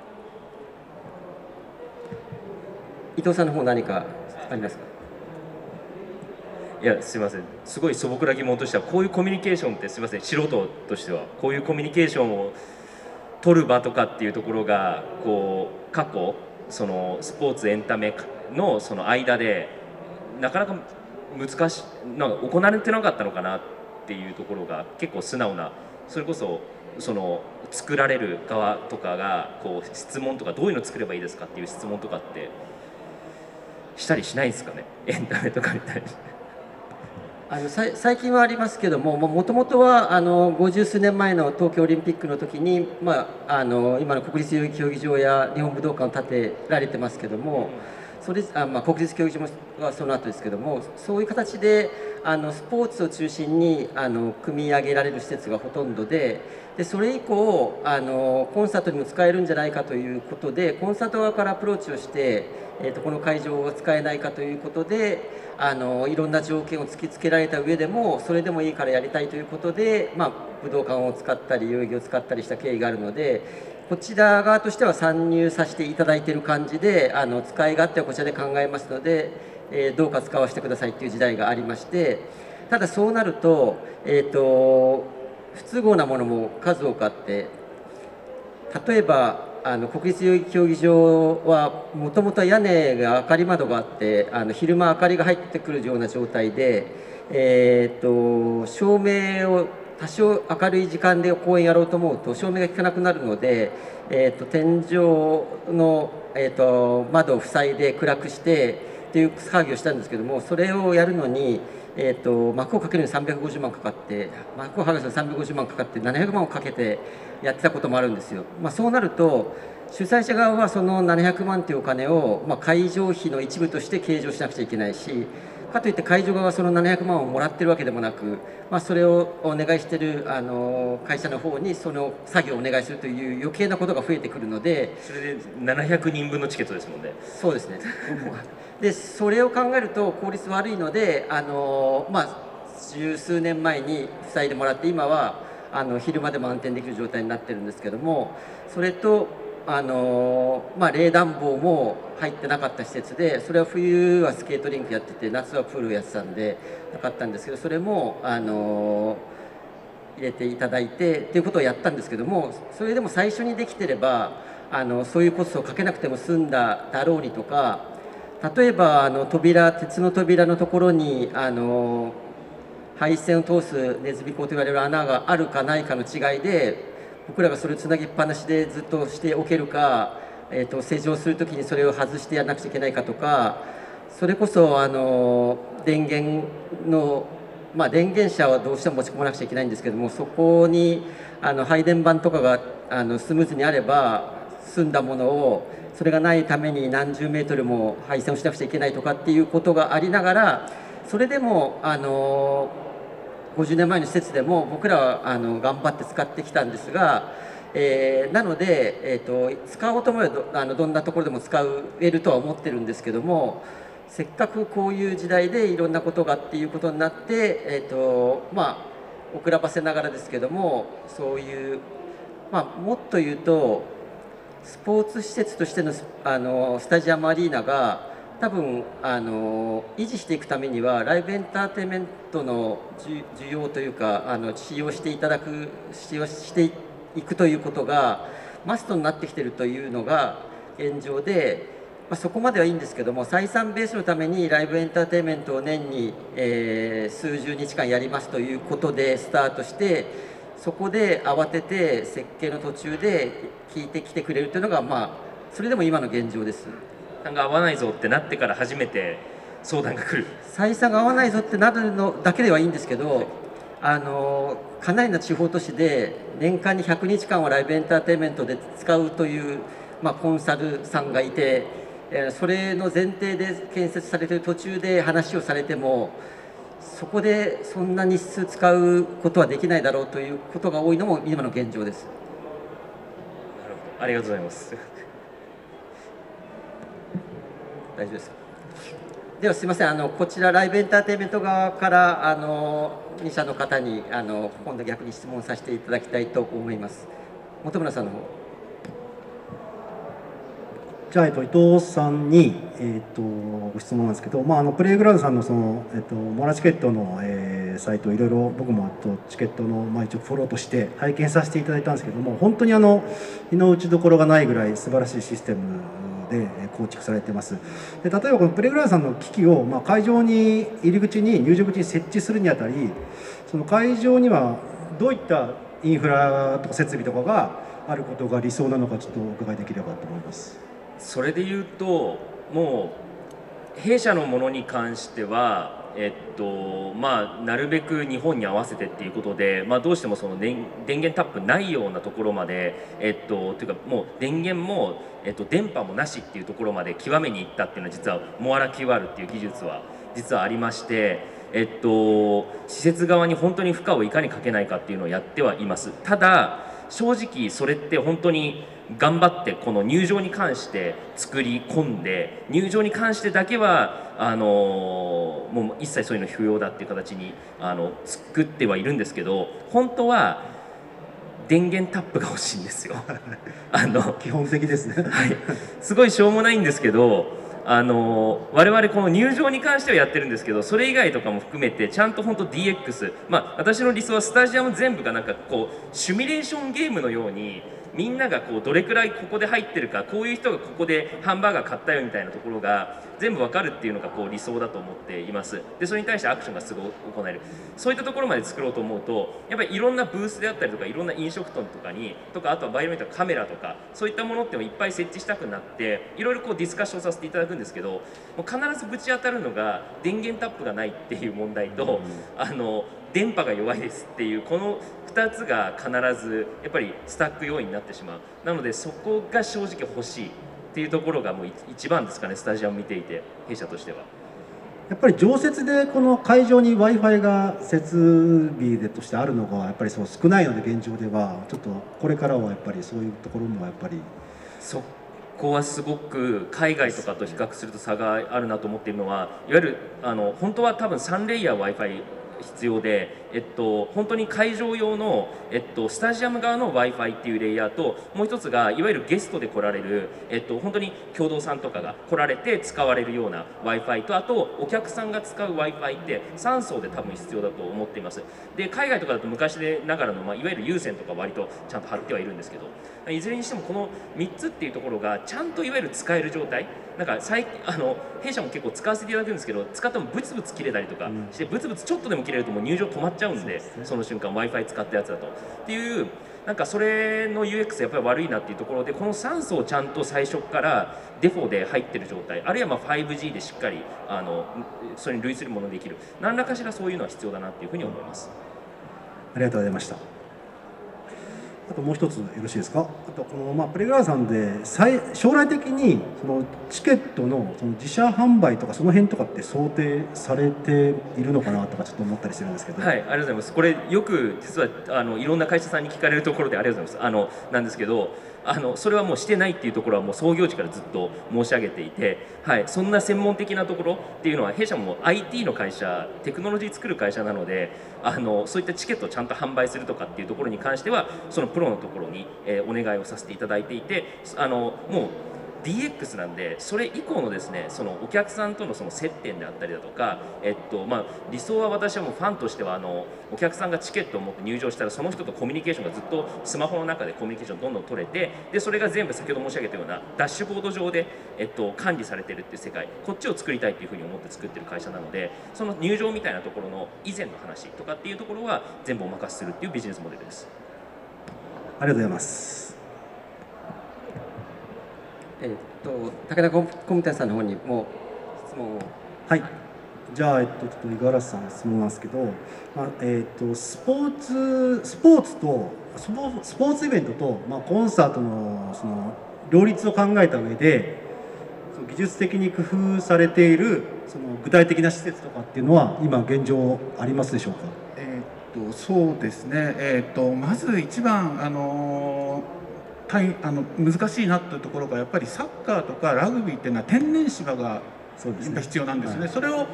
伊藤さんの方何かありますか？ いや、すみません、すごい素朴な疑問としては、こういうコミュニケーションって、すみません、素人としては、こういうコミュニケーションを取る場とかっていうところが、こう過去、そのスポーツ、エンタメのその間で、なかなか難しい、なんか行われてなかったのかなっていうところが、結構素直な、それこそ、その作られる側とかが、こう質問とか、どういうの作ればいいですかっていう質問とかって、したりしないんですかね、エンタメとかみたいに。 あのさ最近はありますけども、もともとはあのごじゅう数年前の東京オリンピックの時に、まあ、あの今の国立代々木競技場や日本武道館を建てられてますけども、それあ、まあ、国立競技場はその後ですけども、そういう形であのスポーツを中心にあの組み上げられる施設がほとんどで、でそれ以降あのコンサートにも使えるんじゃないかということで、コンサート側からアプローチをして、えー、とこの会場を使えないかということで、あのいろんな条件を突きつけられた上でも、それでもいいからやりたいということで、まあ、武道館を使ったり代々木を使ったりした経緯があるので、こちら側としては参入させていただいている感じで、あの使い勝手はこちらで考えますので、えー、どうか使わせてくださいという時代がありまして、ただそうなると、えーと、不都合なものも数多くあって、例えばあの国立代々木競技場はもともと屋根が明かり窓があって、あの昼間明かりが入ってくるような状態で、えー、と照明を多少明るい時間で公演やろうと思うと照明が効かなくなるので、えー、と天井の、えー、と窓を塞いで暗くしてという作業をしたんですけども、それをやるのに、えー、と幕をかけるのにさんびゃくごじゅうまんかかって、幕を剥がすのにさんびゃくごじゅうまんかかってななひゃくまんをかけてやってたこともあるんですよ。まあ、そうなると主催者側はそのななひゃくまんというお金を、まあ、会場費の一部として計上しなくちゃいけないし、かといって会場側はそのななひゃくまんをもらってるわけでもなく、まあ、それをお願いしているあの会社の方にその作業をお願いするという余計なことが増えてくるので、 それでななひゃくにんぶんのチケットですもんね。 そうですねでそれを考えると効率悪いので、あの、まあ、十数年前に塞いでもらって、今はあの昼間でも安定できる状態になってるんですけども、それとあの、まあ、冷暖房も入ってなかった施設で、それは冬はスケートリンクやってて夏はプールやってたんでなかったんですけど、それもあの入れていただいてっていうことをやったんですけども、それでも最初にできてればあのそういうコストをかけなくても済んだだろうにとか、例えばあの扉鉄の扉のところにあの配線を通すネズミ講と言われる穴があるかないかの違いで、僕らがそれをつなぎっぱなしでずっとしておけるか、えーと、施錠するときにそれを外してやらなくちゃいけないかとか、それこそあの電源の、まあ、電源車はどうしても持ち込まなくちゃいけないんですけども、そこにあの配電盤とかがあのスムーズにあれば済んだものを、それがないために何十メートルも配線をしなくちゃいけないとかっていうことがありながら、それでもあのごじゅうねんまえの施設でも僕らはあの頑張って使ってきたんですが、えー、なので、えーと、使おうと思えば ど, あのどんなところでも使えるとは思ってるんですけども、せっかくこういう時代でいろんなことがっていうことになって、えーとまあ、遅らばせながらですけども、そういう、まあ、もっと言うとスポーツ施設としての ス, あのスタジアムアリーナが多分あの維持していくためにはライブエンターテインメントの需要というか、あの使用していただく使用していくということがマストになってきているというのが現状で、まあ、そこまではいいんですけども、採算ベースのためにライブエンターテインメントを年に、えー、数十日間やりますということでスタートして、そこで慌てて設計の途中で聞いてきてくれるというのが、まあ、それでも今の現状です。 なんか合わないぞってなってから初めて相談が来る。 採算が合わないぞってなるのだけではいいんですけど、あのかなりの地方都市で年間にひゃくにちかんはライブエンターテインメントで使うという、まあ、コンサルさんがいて、それの前提で建設されている途中で話をされても、そこでそんな日数使うことはできないだろうということが多いのも今の現状です。 ありがとうございます。 大丈夫ですか。ではすみません、あのこちらライブエンターテインメント側からあのに社の方にあの今度逆に質問させていただきたいと思います。本村さんの方。 じゃあ、えっと、伊藤さんに、えっと、ご質問なんですけど、まあ、あのプレイグラウンドさんのその、えっと、モラチケットの、えー、サイト、いろいろ僕もあとチケットの、まあ、一応フォローとして拝見させていただいたんですけども、本当にあの日の打ちどころがないぐらい素晴らしいシステムで構築されています。で、例えばこのプレイグラウンドさんの機器を、まあ、会場に入り口に入場口に設置するにあたり、その会場にはどういったインフラとか設備とかがあることが理想なのか、ちょっとお伺いできればと思います。 それで言うと、もう弊社のものに関しては、えっとまあ、なるべく日本に合わせてっていうことで、まあ、どうしてもその電電源タップないようなところまで、えっと、というかもう電源も、えっと、電波もなしっていうところまで極めにいったっていうのは、実はモアラ キューアール っていう技術は実はありまして、えっと、施設側に本当に負荷をいかにかけないかっていうのをやってはいます。ただ正直それって本当に頑張ってこの入場に関して作り込んで、入場に関してだけはあのもう一切そういうの不要だっていう形にあの作ってはいるんですけど、本当は電源タップが欲しいんですよ。あの基本的ですね。 はい、すごいしょうもないんですけど、あの我々この入場に関してはやってるんですけど、それ以外とかも含めてちゃんと本当 ディーエックス、まあ、私の理想はスタジアム全部がなんかこうシミュレーションゲームのように、みんながこうどれくらいここで入ってるか、こういう人がここでハンバーガー買ったよみたいなところが全部わかるっていうのがこう理想だと思っています。でそれに対してアクションがすぐ行える、そういったところまで作ろうと思うと、やっぱりいろんなブースであったりとか、いろんな飲食店とかにとか、あとは場合によってはカメラとか、そういったものっていうのをいっぱい設置したくなって、いろいろこうディスカッションさせていただくんですけど、もう必ずぶち当たるのが電源タップがないっていう問題と、あの電波が弱いですっていう、このふたつが必ずやっぱりスタック要因になってしまう。なのでそこが正直欲しいっていうところがもう一番ですかね、スタジアム見ていて弊社としては。 やっぱり常設でこの会場に ワイファイ が設備でとしてあるのがやっぱりそう少ないので、現状ではちょっとこれからはやっぱりそういうところもやっぱりそこはすごく海外とかと比較すると差があるなと思っているのは、いわゆるあの本当は多分さんレイヤー ワイファイ必要で、えっと、本当に会場用の、えっと、スタジアム側の ワイファイ っていうレイヤーと、もう一つがいわゆるゲストで来られる、えっと、本当に共同さんとかが来られて使われるような ワイファイ と、あとお客さんが使う ワイファイ ってさん層で多分必要だと思っています。で海外とかだと昔でながらの、まあ、いわゆる有線とか割とちゃんと貼ってはいるんですけど、いずれにしてもこのみっつっていうところがちゃんといわゆる使える状態、なんか最あの弊社も結構使わせていただくんですけど、使ってもブツブツ切れたりとかして、ブツブツちょっとでも切れるともう入場止まっちゃうんで、その瞬間 ワイファイ 使ったやつだとっていう、なんかそれの ユーエックス やっぱり悪いなっていうところで、このさん層ちゃんと最初からデフォで入ってる状態、あるいはまあ ファイブジー でしっかりあのそれに類するものできる、何らかしらそういうのは必要だなっていうふうに思います。 ありがとうございました。あともう一つよろしいですか。あとこの、まあ、プレイグラウンドさんで最将来的にそのチケットのその自社販売とかその辺とかって想定されているのかなとかちょっと思ったりするんですけど。 はい、ありがとうございます。これよく実はあのいろんな会社さんに聞かれるところでありがとうございます。あのなんですけど、あのそれはもうしてないっていうところはもう創業時からずっと申し上げていて、はい、そんな専門的なところっていうのは弊社も アイティー の会社、テクノロジー作る会社なので、あのそういったチケットをちゃんと販売するとかっていうところに関してはそのプロのところに、えー、お願いをさせていただいていて、あのもうディーエックス なんで、それ以降のですね、そのお客さんとのその接点であったりだとか、えっとまあ、理想は私はもうファンとしてはあのお客さんがチケットを持って入場したらその人とコミュニケーションがずっとスマホの中でコミュニケーションどんどん取れて、でそれが全部先ほど申し上げたようなダッシュボード上で、えっと、管理されてるっていう世界、こっちを作りたいっていうふうに思って作ってる会社なので、その入場みたいなところの以前の話とかっていうところは全部お任せするっていうビジネスモデルです。 ありがとうございます。 えっと武田工務店さんの方にも質問を。 はい。じゃあ、えっと、ちょっと五十嵐さんの質問なんですけど、まあえっと、スポーツスポーツとスポスポーツイベントと、まあ、コンサートのその両立を考えた上で、その技術的に工夫されているその具体的な施設とかっていうのは今現状ありますでしょうか。 えーっとそうですね、えーっとまず一番あの大あの難しいなというところが、やっぱりサッカーとかラグビーっていうのは天然芝がやっぱ必要なんですね。それを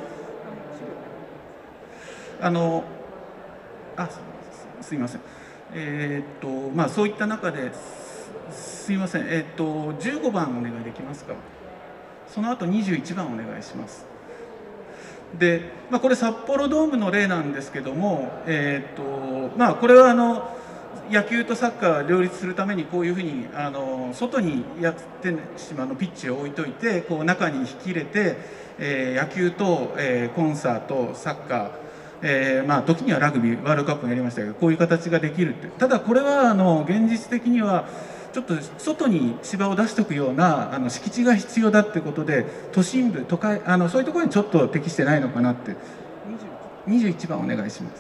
あのあすいません、えー、っとまあそういった中ですすいません、えー、っとじゅうごばんお願いできますか。その後にじゅういちばんお願いします。で、まあ、これ札幌ドームの例なんですけども、えーっとまあ、これはあの野球とサッカーを両立するためにこういうふうにあの外にやってしまうのピッチを置いといて、こう中に引き入れて、えー、野球と、えー、コンサートサッカー、えーまあ、時にはラグビーワールドカップもやりましたけど、こういう形ができるって。ただこれはあの現実的にはちょっと外に芝を出しておくようなあの敷地が必要だっていうことで、都心部都会あのそういうところにちょっと適してないのかなって。にじゅういちばんお願いします。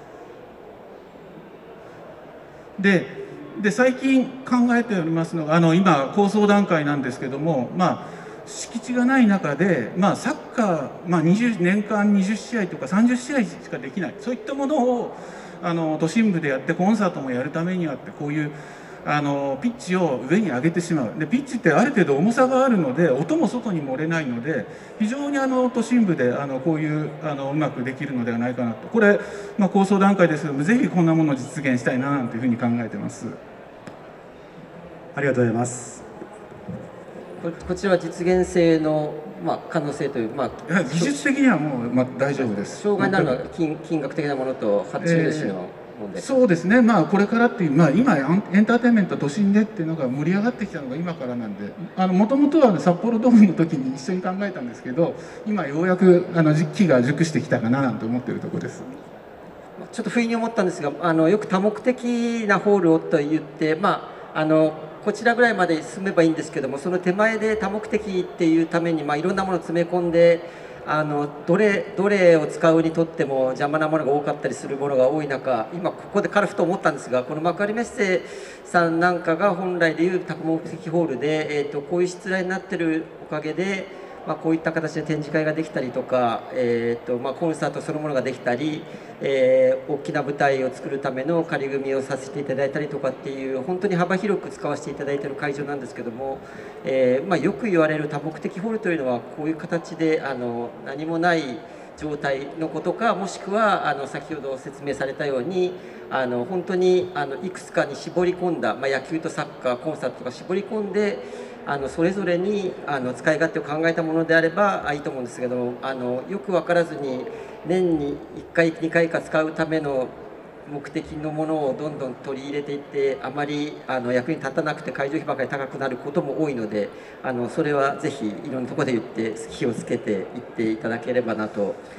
でで最近考えておりますのが、あの今構想段階なんですけども、まあ、敷地がない中で、まあ、サッカー、まあ、にじゅう年間にじゅっしあいとかさんじゅっしあいしかできない、そういったものをあの都心部でやってコンサートもやるためにはって、こういうあのピッチを上に上げてしまう。でピッチってある程度重さがあるので音も外に漏れないので、非常にあの都心部であのこういうあのうまくできるのではないかなと。これ、まあ、構想段階ですけども、ぜひこんなものを実現したいななんていうふうに考えてます。 ありがとうございます。 こ, こちらは実現性の、まあ、可能性という、まあ、 技術的にはもう、まあ、大丈夫です。 障害になるのは 金, 金額的なものと発注主の、 えー、そうですね、まあ、これからっていう、まあ、今エンターテインメント都心でっていうのが盛り上がってきたのが今からなんで、もともとは札幌ドームの時に一緒に考えたんですけど、今ようやくあの時期が熟してきたかななんて思っているところです。 ちょっと不意に思ったんですが、あのよく多目的なホールをと言って、まあ、あのこちらぐらいまで進めばいいんですけども、その手前で多目的っていうために、まあ、いろんなものを詰め込んで、あのどれどれを使うにとっても邪魔なものが多かったりするものが多い中、今ここでからふと思ったんですが、この幕張メッセさんなんかが本来でいう多目的ホールで、えー、とこういう失礼になってるおかげで、まあ、こういった形で展示会ができたりとか、えーとまあ、コンサートそのものができたり、えー、大きな舞台を作るための仮組みをさせていただいたりとかっていう、本当に幅広く使わせていただいている会場なんですけども、えーまあ、よく言われる多目的ホールというのはこういう形であの何もない状態のことか、もしくはあの先ほど説明されたようにあの本当にあのいくつかに絞り込んだ、まあ、野球とサッカーコンサートとか絞り込んで、あのそれぞれにあの使い勝手を考えたものであればいいと思うんですけど、あのよく分からずに年にいっかいにかいか使うための目的のものをどんどん取り入れていって、あまりあの役に立たなくて会場費ばかり高くなることも多いので、あのそれはぜひいろんなところで言って気をつけていっていただければなと思います。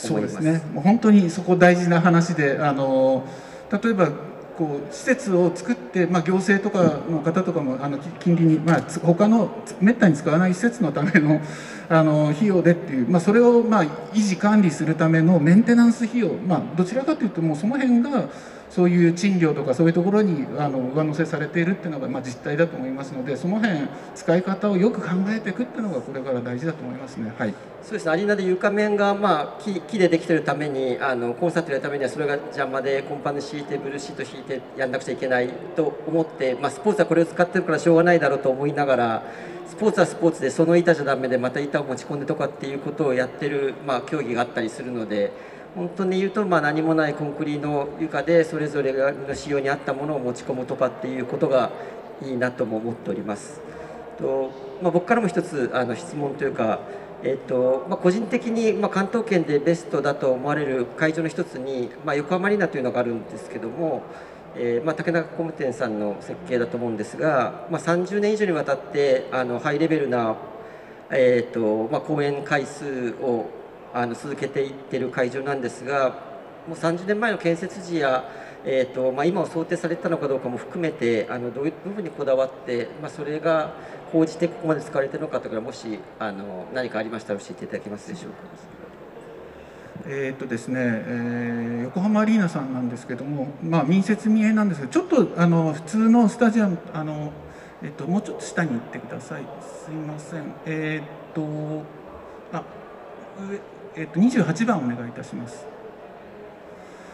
そうですね、もう本当にそこ大事な話で、あの例えばこう施設を作って、まあ、行政とかの方とかもあの近隣に、まあ、他のめったに使わない施設のためのあの費用でっていう、まあ、それをまあ維持管理するためのメンテナンス費用、まあ、どちらかというともうその辺がそういう賃料とかそういうところにあの上乗せされているっていうのがまあ実態だと思いますので、その辺使い方をよく考えていくっていうのがこれから大事だと思いますね。はい、 そうですね、アリーナで床面が、まあ、木, 木でできているためにあのコンサートやるためにはそれが邪魔でコンパネ敷いてブルーシート敷いてやんなくちゃいけないと思って、まあ、スポーツはこれを使ってるからしょうがないだろうと思いながら、スポーツはスポーツでその板じゃダメでまた板を持ち込んでとかっていうことをやってる、まあ、競技があったりするので、本当に言うと、まあ、何もないコンクリの床でそれぞれの仕様に合ったものを持ち込むとかっていうことがいいなとも思っております。と、まあ、僕からも一つあの質問というか、えっとまあ、個人的に、まあ、関東圏でベストだと思われる会場の一つに、まあ、横浜アリーナというのがあるんですけども、えーまあ、竹中工務店さんの設計だと思うんですが、まあ、さんじゅうねん以上にわたってあのハイレベルな、えーとまあ、公演回数をあの続けていっている会場なんですが、もうさんじゅうねんまえの建設時や、えーとまあ、今を想定されてたのかどうかも含めて、あのどういう部分にこだわって、まあ、それが講じてここまで使われているのかとか、もしあの何かありましたら教えていただけますでしょうか。 えーっとですねえー、横浜アリーナさんなんですけども、まあ、民設民営なんですけど、ちょっとあの普通のスタジアムあの、えーっともうちょっと下に行ってください。すいません。えーっとあ上えーっとにじゅうはちばんお願いいたします。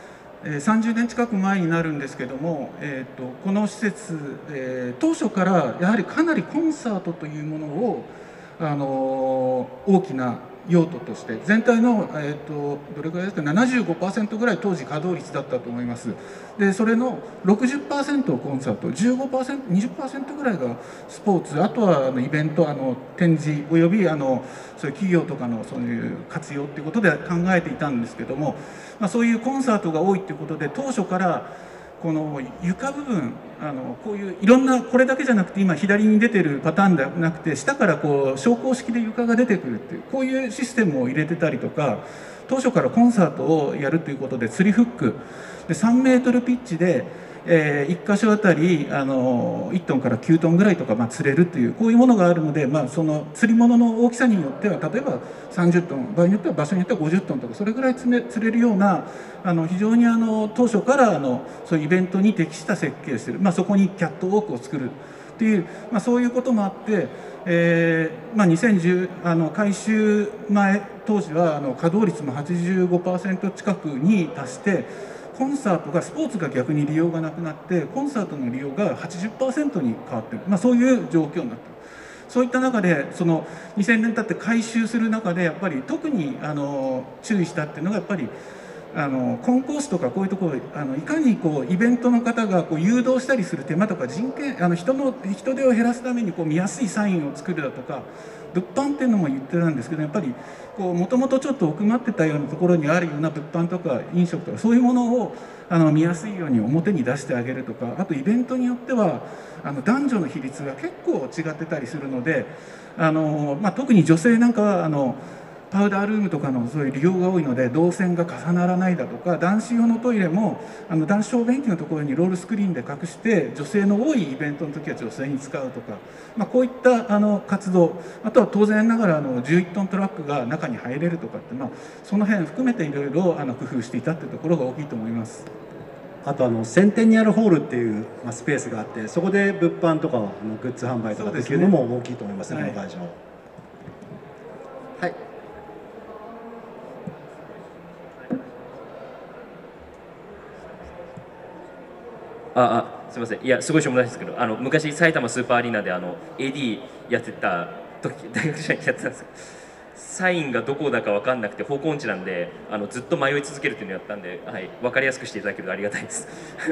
さんじゅうねん近く前になるんですけども、えー、とこの施設、えー、当初からやはりかなりコンサートというものを、あのー、大きな用途として全体の、えー、とどれぐらいですか ななじゅうごパーセント ぐらい当時稼働率だったと思います。でそれの ろくじゅっパーセント をコンサート じゅうごパーセント、にじゅっパーセント ぐらいがスポーツ、あとはあのイベント、あの展示およびあのそういう企業とかのそういう活用ということで考えていたんですけども、まあ、そういうコンサートが多いということで当初からこの床部分、あのこういういろんなこれだけじゃなくて今左に出てるパターンではなくて下からこう昇降式で床が出てくるっていうこういうシステムを入れてたりとか、当初からコンサートをやるということで釣りフックでさんメートルピッチで、えー、いっ箇所あたりあのいちトンからきゅうトンぐらいとか、まあ、釣れるというこういうものがあるので、まあ、その釣り物の大きさによっては例えばさんじゅっトン、場合によっては場所によってはごじゅっトンとかそれぐらい釣れ釣れるようなあの非常にあの当初からあのそういうイベントに適した設計をしている、まあ、そこにキャットウォークを作るという、まあ、そういうこともあって、えーまあ、にせんじゅうあの改修前当時はあの稼働率も はちじゅうごパーセント 近くに達してコンサートがスポーツが逆に利用がなくなってコンサートの利用が はちじゅっパーセント に変わっている、まあ、そういう状況になった。そういった中でそのにせんねん経って改修する中でやっぱり特にあの注意したっていうのがやっぱりあのコンコースとかこういうところあのいかにこうイベントの方がこう誘導したりする手間とか人件あの人の人手を減らすためにこう見やすいサインを作るだとか物販っていうのも言ってたんですけどやっぱりもともとちょっと奥まってたようなところにあるような物販とか飲食とかそういうものをあの見やすいように表に出してあげるとかあとイベントによってはあの男女の比率が結構違ってたりするのであの、まあ、特に女性なんかはあのパウダールームとかのそういう利用が多いので動線が重ならないだとか男子用のトイレもあの男子小便器のところにロールスクリーンで隠して女性の多いイベントの時は女性に使うとか、まあ、こういったあの活動あとは当然ながらあのじゅういちトントラックが中に入れるとかって、まあ、その辺含めていろいろあの工夫していたというところが大きいと思います。 あとあのセンテニアルホールっていう、まあ、スペースがあってそこで物販とかあのグッズ販売とかできるのも大きいと思いますね、この会場。 はい。 ああすみません、いやすごいしょうもないですけどあの昔埼玉スーパーアリーナであの エーディー やってた時大学時代にやってたんですけどサインがどこだか分かんなくて方向音痴なんであのずっと迷い続けるっていうのをやったんで、はい、分かりやすくしていただけるとありがたいです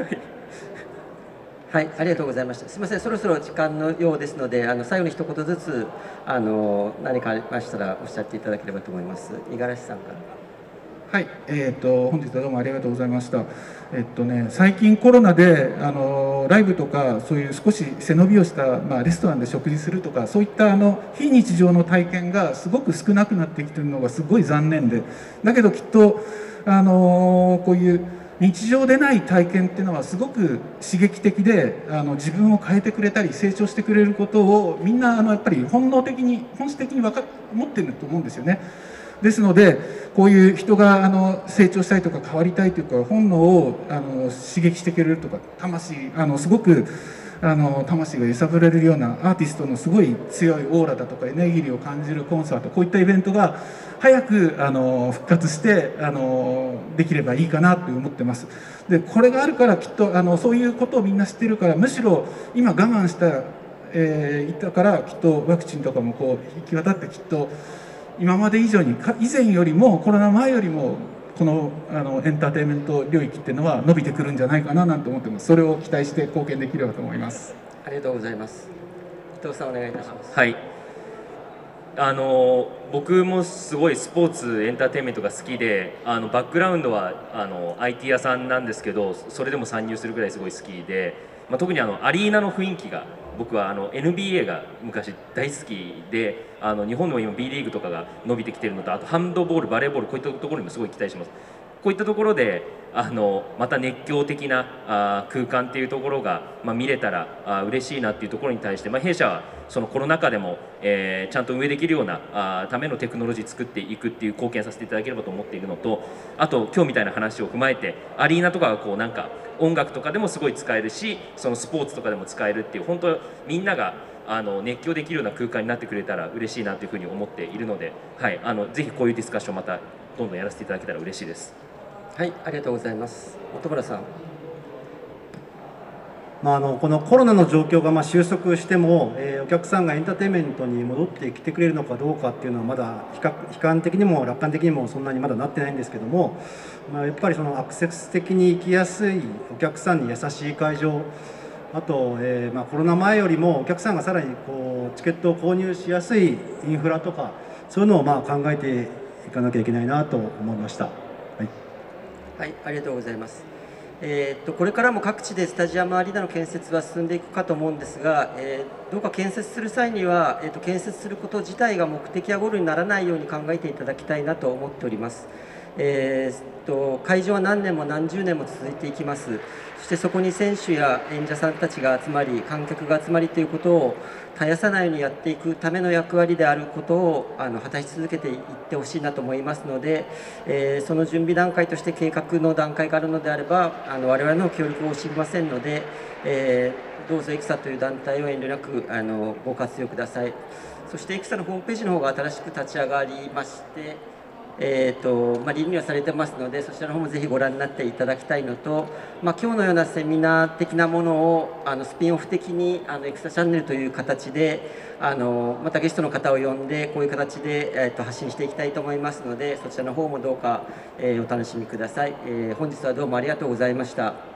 はい、ありがとうございました。すみません、そろそろ時間のようですので、あの最後に一言ずつあの何かありましたらおっしゃっていただければと思います。五十嵐さんから。 はい、えー、と本日はどうもありがとうございました。えっとね、最近コロナであのライブとかそういう少し背伸びをした、まあ、レストランで食事するとかそういったあの非日常の体験がすごく少なくなってきているのがすごい残念で、だけどきっとあのこういう日常でない体験っていうのはすごく刺激的であの自分を変えてくれたり成長してくれることをみんなあのやっぱり本能的に本質的に分か持ってると思うんですよね。ですのでこういう人があの成長したいとか変わりたいというか本能をあの刺激してくれるとか魂あのすごくあの魂が揺さぶられるようなアーティストのすごい強いオーラだとかエネルギーを感じるコンサートこういったイベントが早くあの復活してあのできればいいかなと思ってます。でこれがあるからきっとあのそういうことをみんな知ってるからむしろ今我慢した、えー、いたからきっとワクチンとかもこう行き渡ってきっと今まで以上に以前よりもコロナ前よりもこのあのエンターテインメント領域っていうのは伸びてくるんじゃないかななんて思ってます。それを期待して貢献できればと思います。 ありがとうございます。伊藤さんお願いいたします。 はい。あの僕もすごいスポーツエンターテインメントが好きであのバックグラウンドはあの アイティー 屋さんなんですけどそれでも参入するぐらいすごい好きで、まあ、特にあのアリーナの雰囲気が僕はあの エヌビーエー が昔大好きであの日本でも今 B リーグとかが伸びてきているのとあとハンドボールバレーボールこういったところにもすごい期待します。こういったところであのまた熱狂的なあ空間っていうところが、まあ、見れたらあ嬉しいなっていうところに対して、まあ、弊社はそのコロナ禍でも、えー、ちゃんと運営できるようなあためのテクノロジー作っていくっていう貢献させていただければと思っているのとあと今日みたいな話を踏まえてアリーナとかがこうなんか音楽とかでもすごい使えるしそのスポーツとかでも使えるっていう本当みんながあの熱狂できるような空間になってくれたら嬉しいなというふうに思っているので、はい、あのぜひこういうディスカッションまたどんどんやらせていただけたら嬉しいです。 はい、ありがとうございます。本村さん。 まあ、あのこのコロナの状況がまあ収束しても、えーお客さんがエンターテインメントに戻ってきてくれるのかどうかっていうのはまだ比較悲観的にも楽観的にもそんなにまだなってないんですけども、まあ、やっぱりそのアクセス的に行きやすいお客さんに優しい会場、あと、えーまあ、コロナ前よりもお客さんがさらにこうチケットを購入しやすいインフラとかそういうのをまあ考えていかなきゃいけないなと思いました。はい、 はい、ありがとうございます。えーっとこれからも各地でスタジアムアリーナの建設は進んでいくかと思うんですが、えーどうか建設する際には、えーっと建設すること自体が目的やゴールにならないように考えていただきたいなと思っております。えーっと会場は何年も何十年も続いていきます。そしてそこに選手や演者さんたちが集まり、観客が集まりということを絶やさないようにやっていくための役割であることをあの果たし続けていってほしいなと思いますので、えーその準備段階として計画の段階があるのであれば、あの我々の協力を知りませんので、えーどうぞエクサという団体を遠慮なくあのご活用ください。そしてエクサのホームページの方が新しく立ち上がりまして、えーとまあ、リニューアルされてますので、そちらの方もぜひご覧になっていただきたいのと、まあ、今日のようなセミナー的なものをあのスピンオフ的にあのエクサチャンネルという形であのまたゲストの方を呼んでこういう形で、えー、と発信していきたいと思いますので、そちらの方もどうか、えーお楽しみください。えー本日はどうもありがとうございました。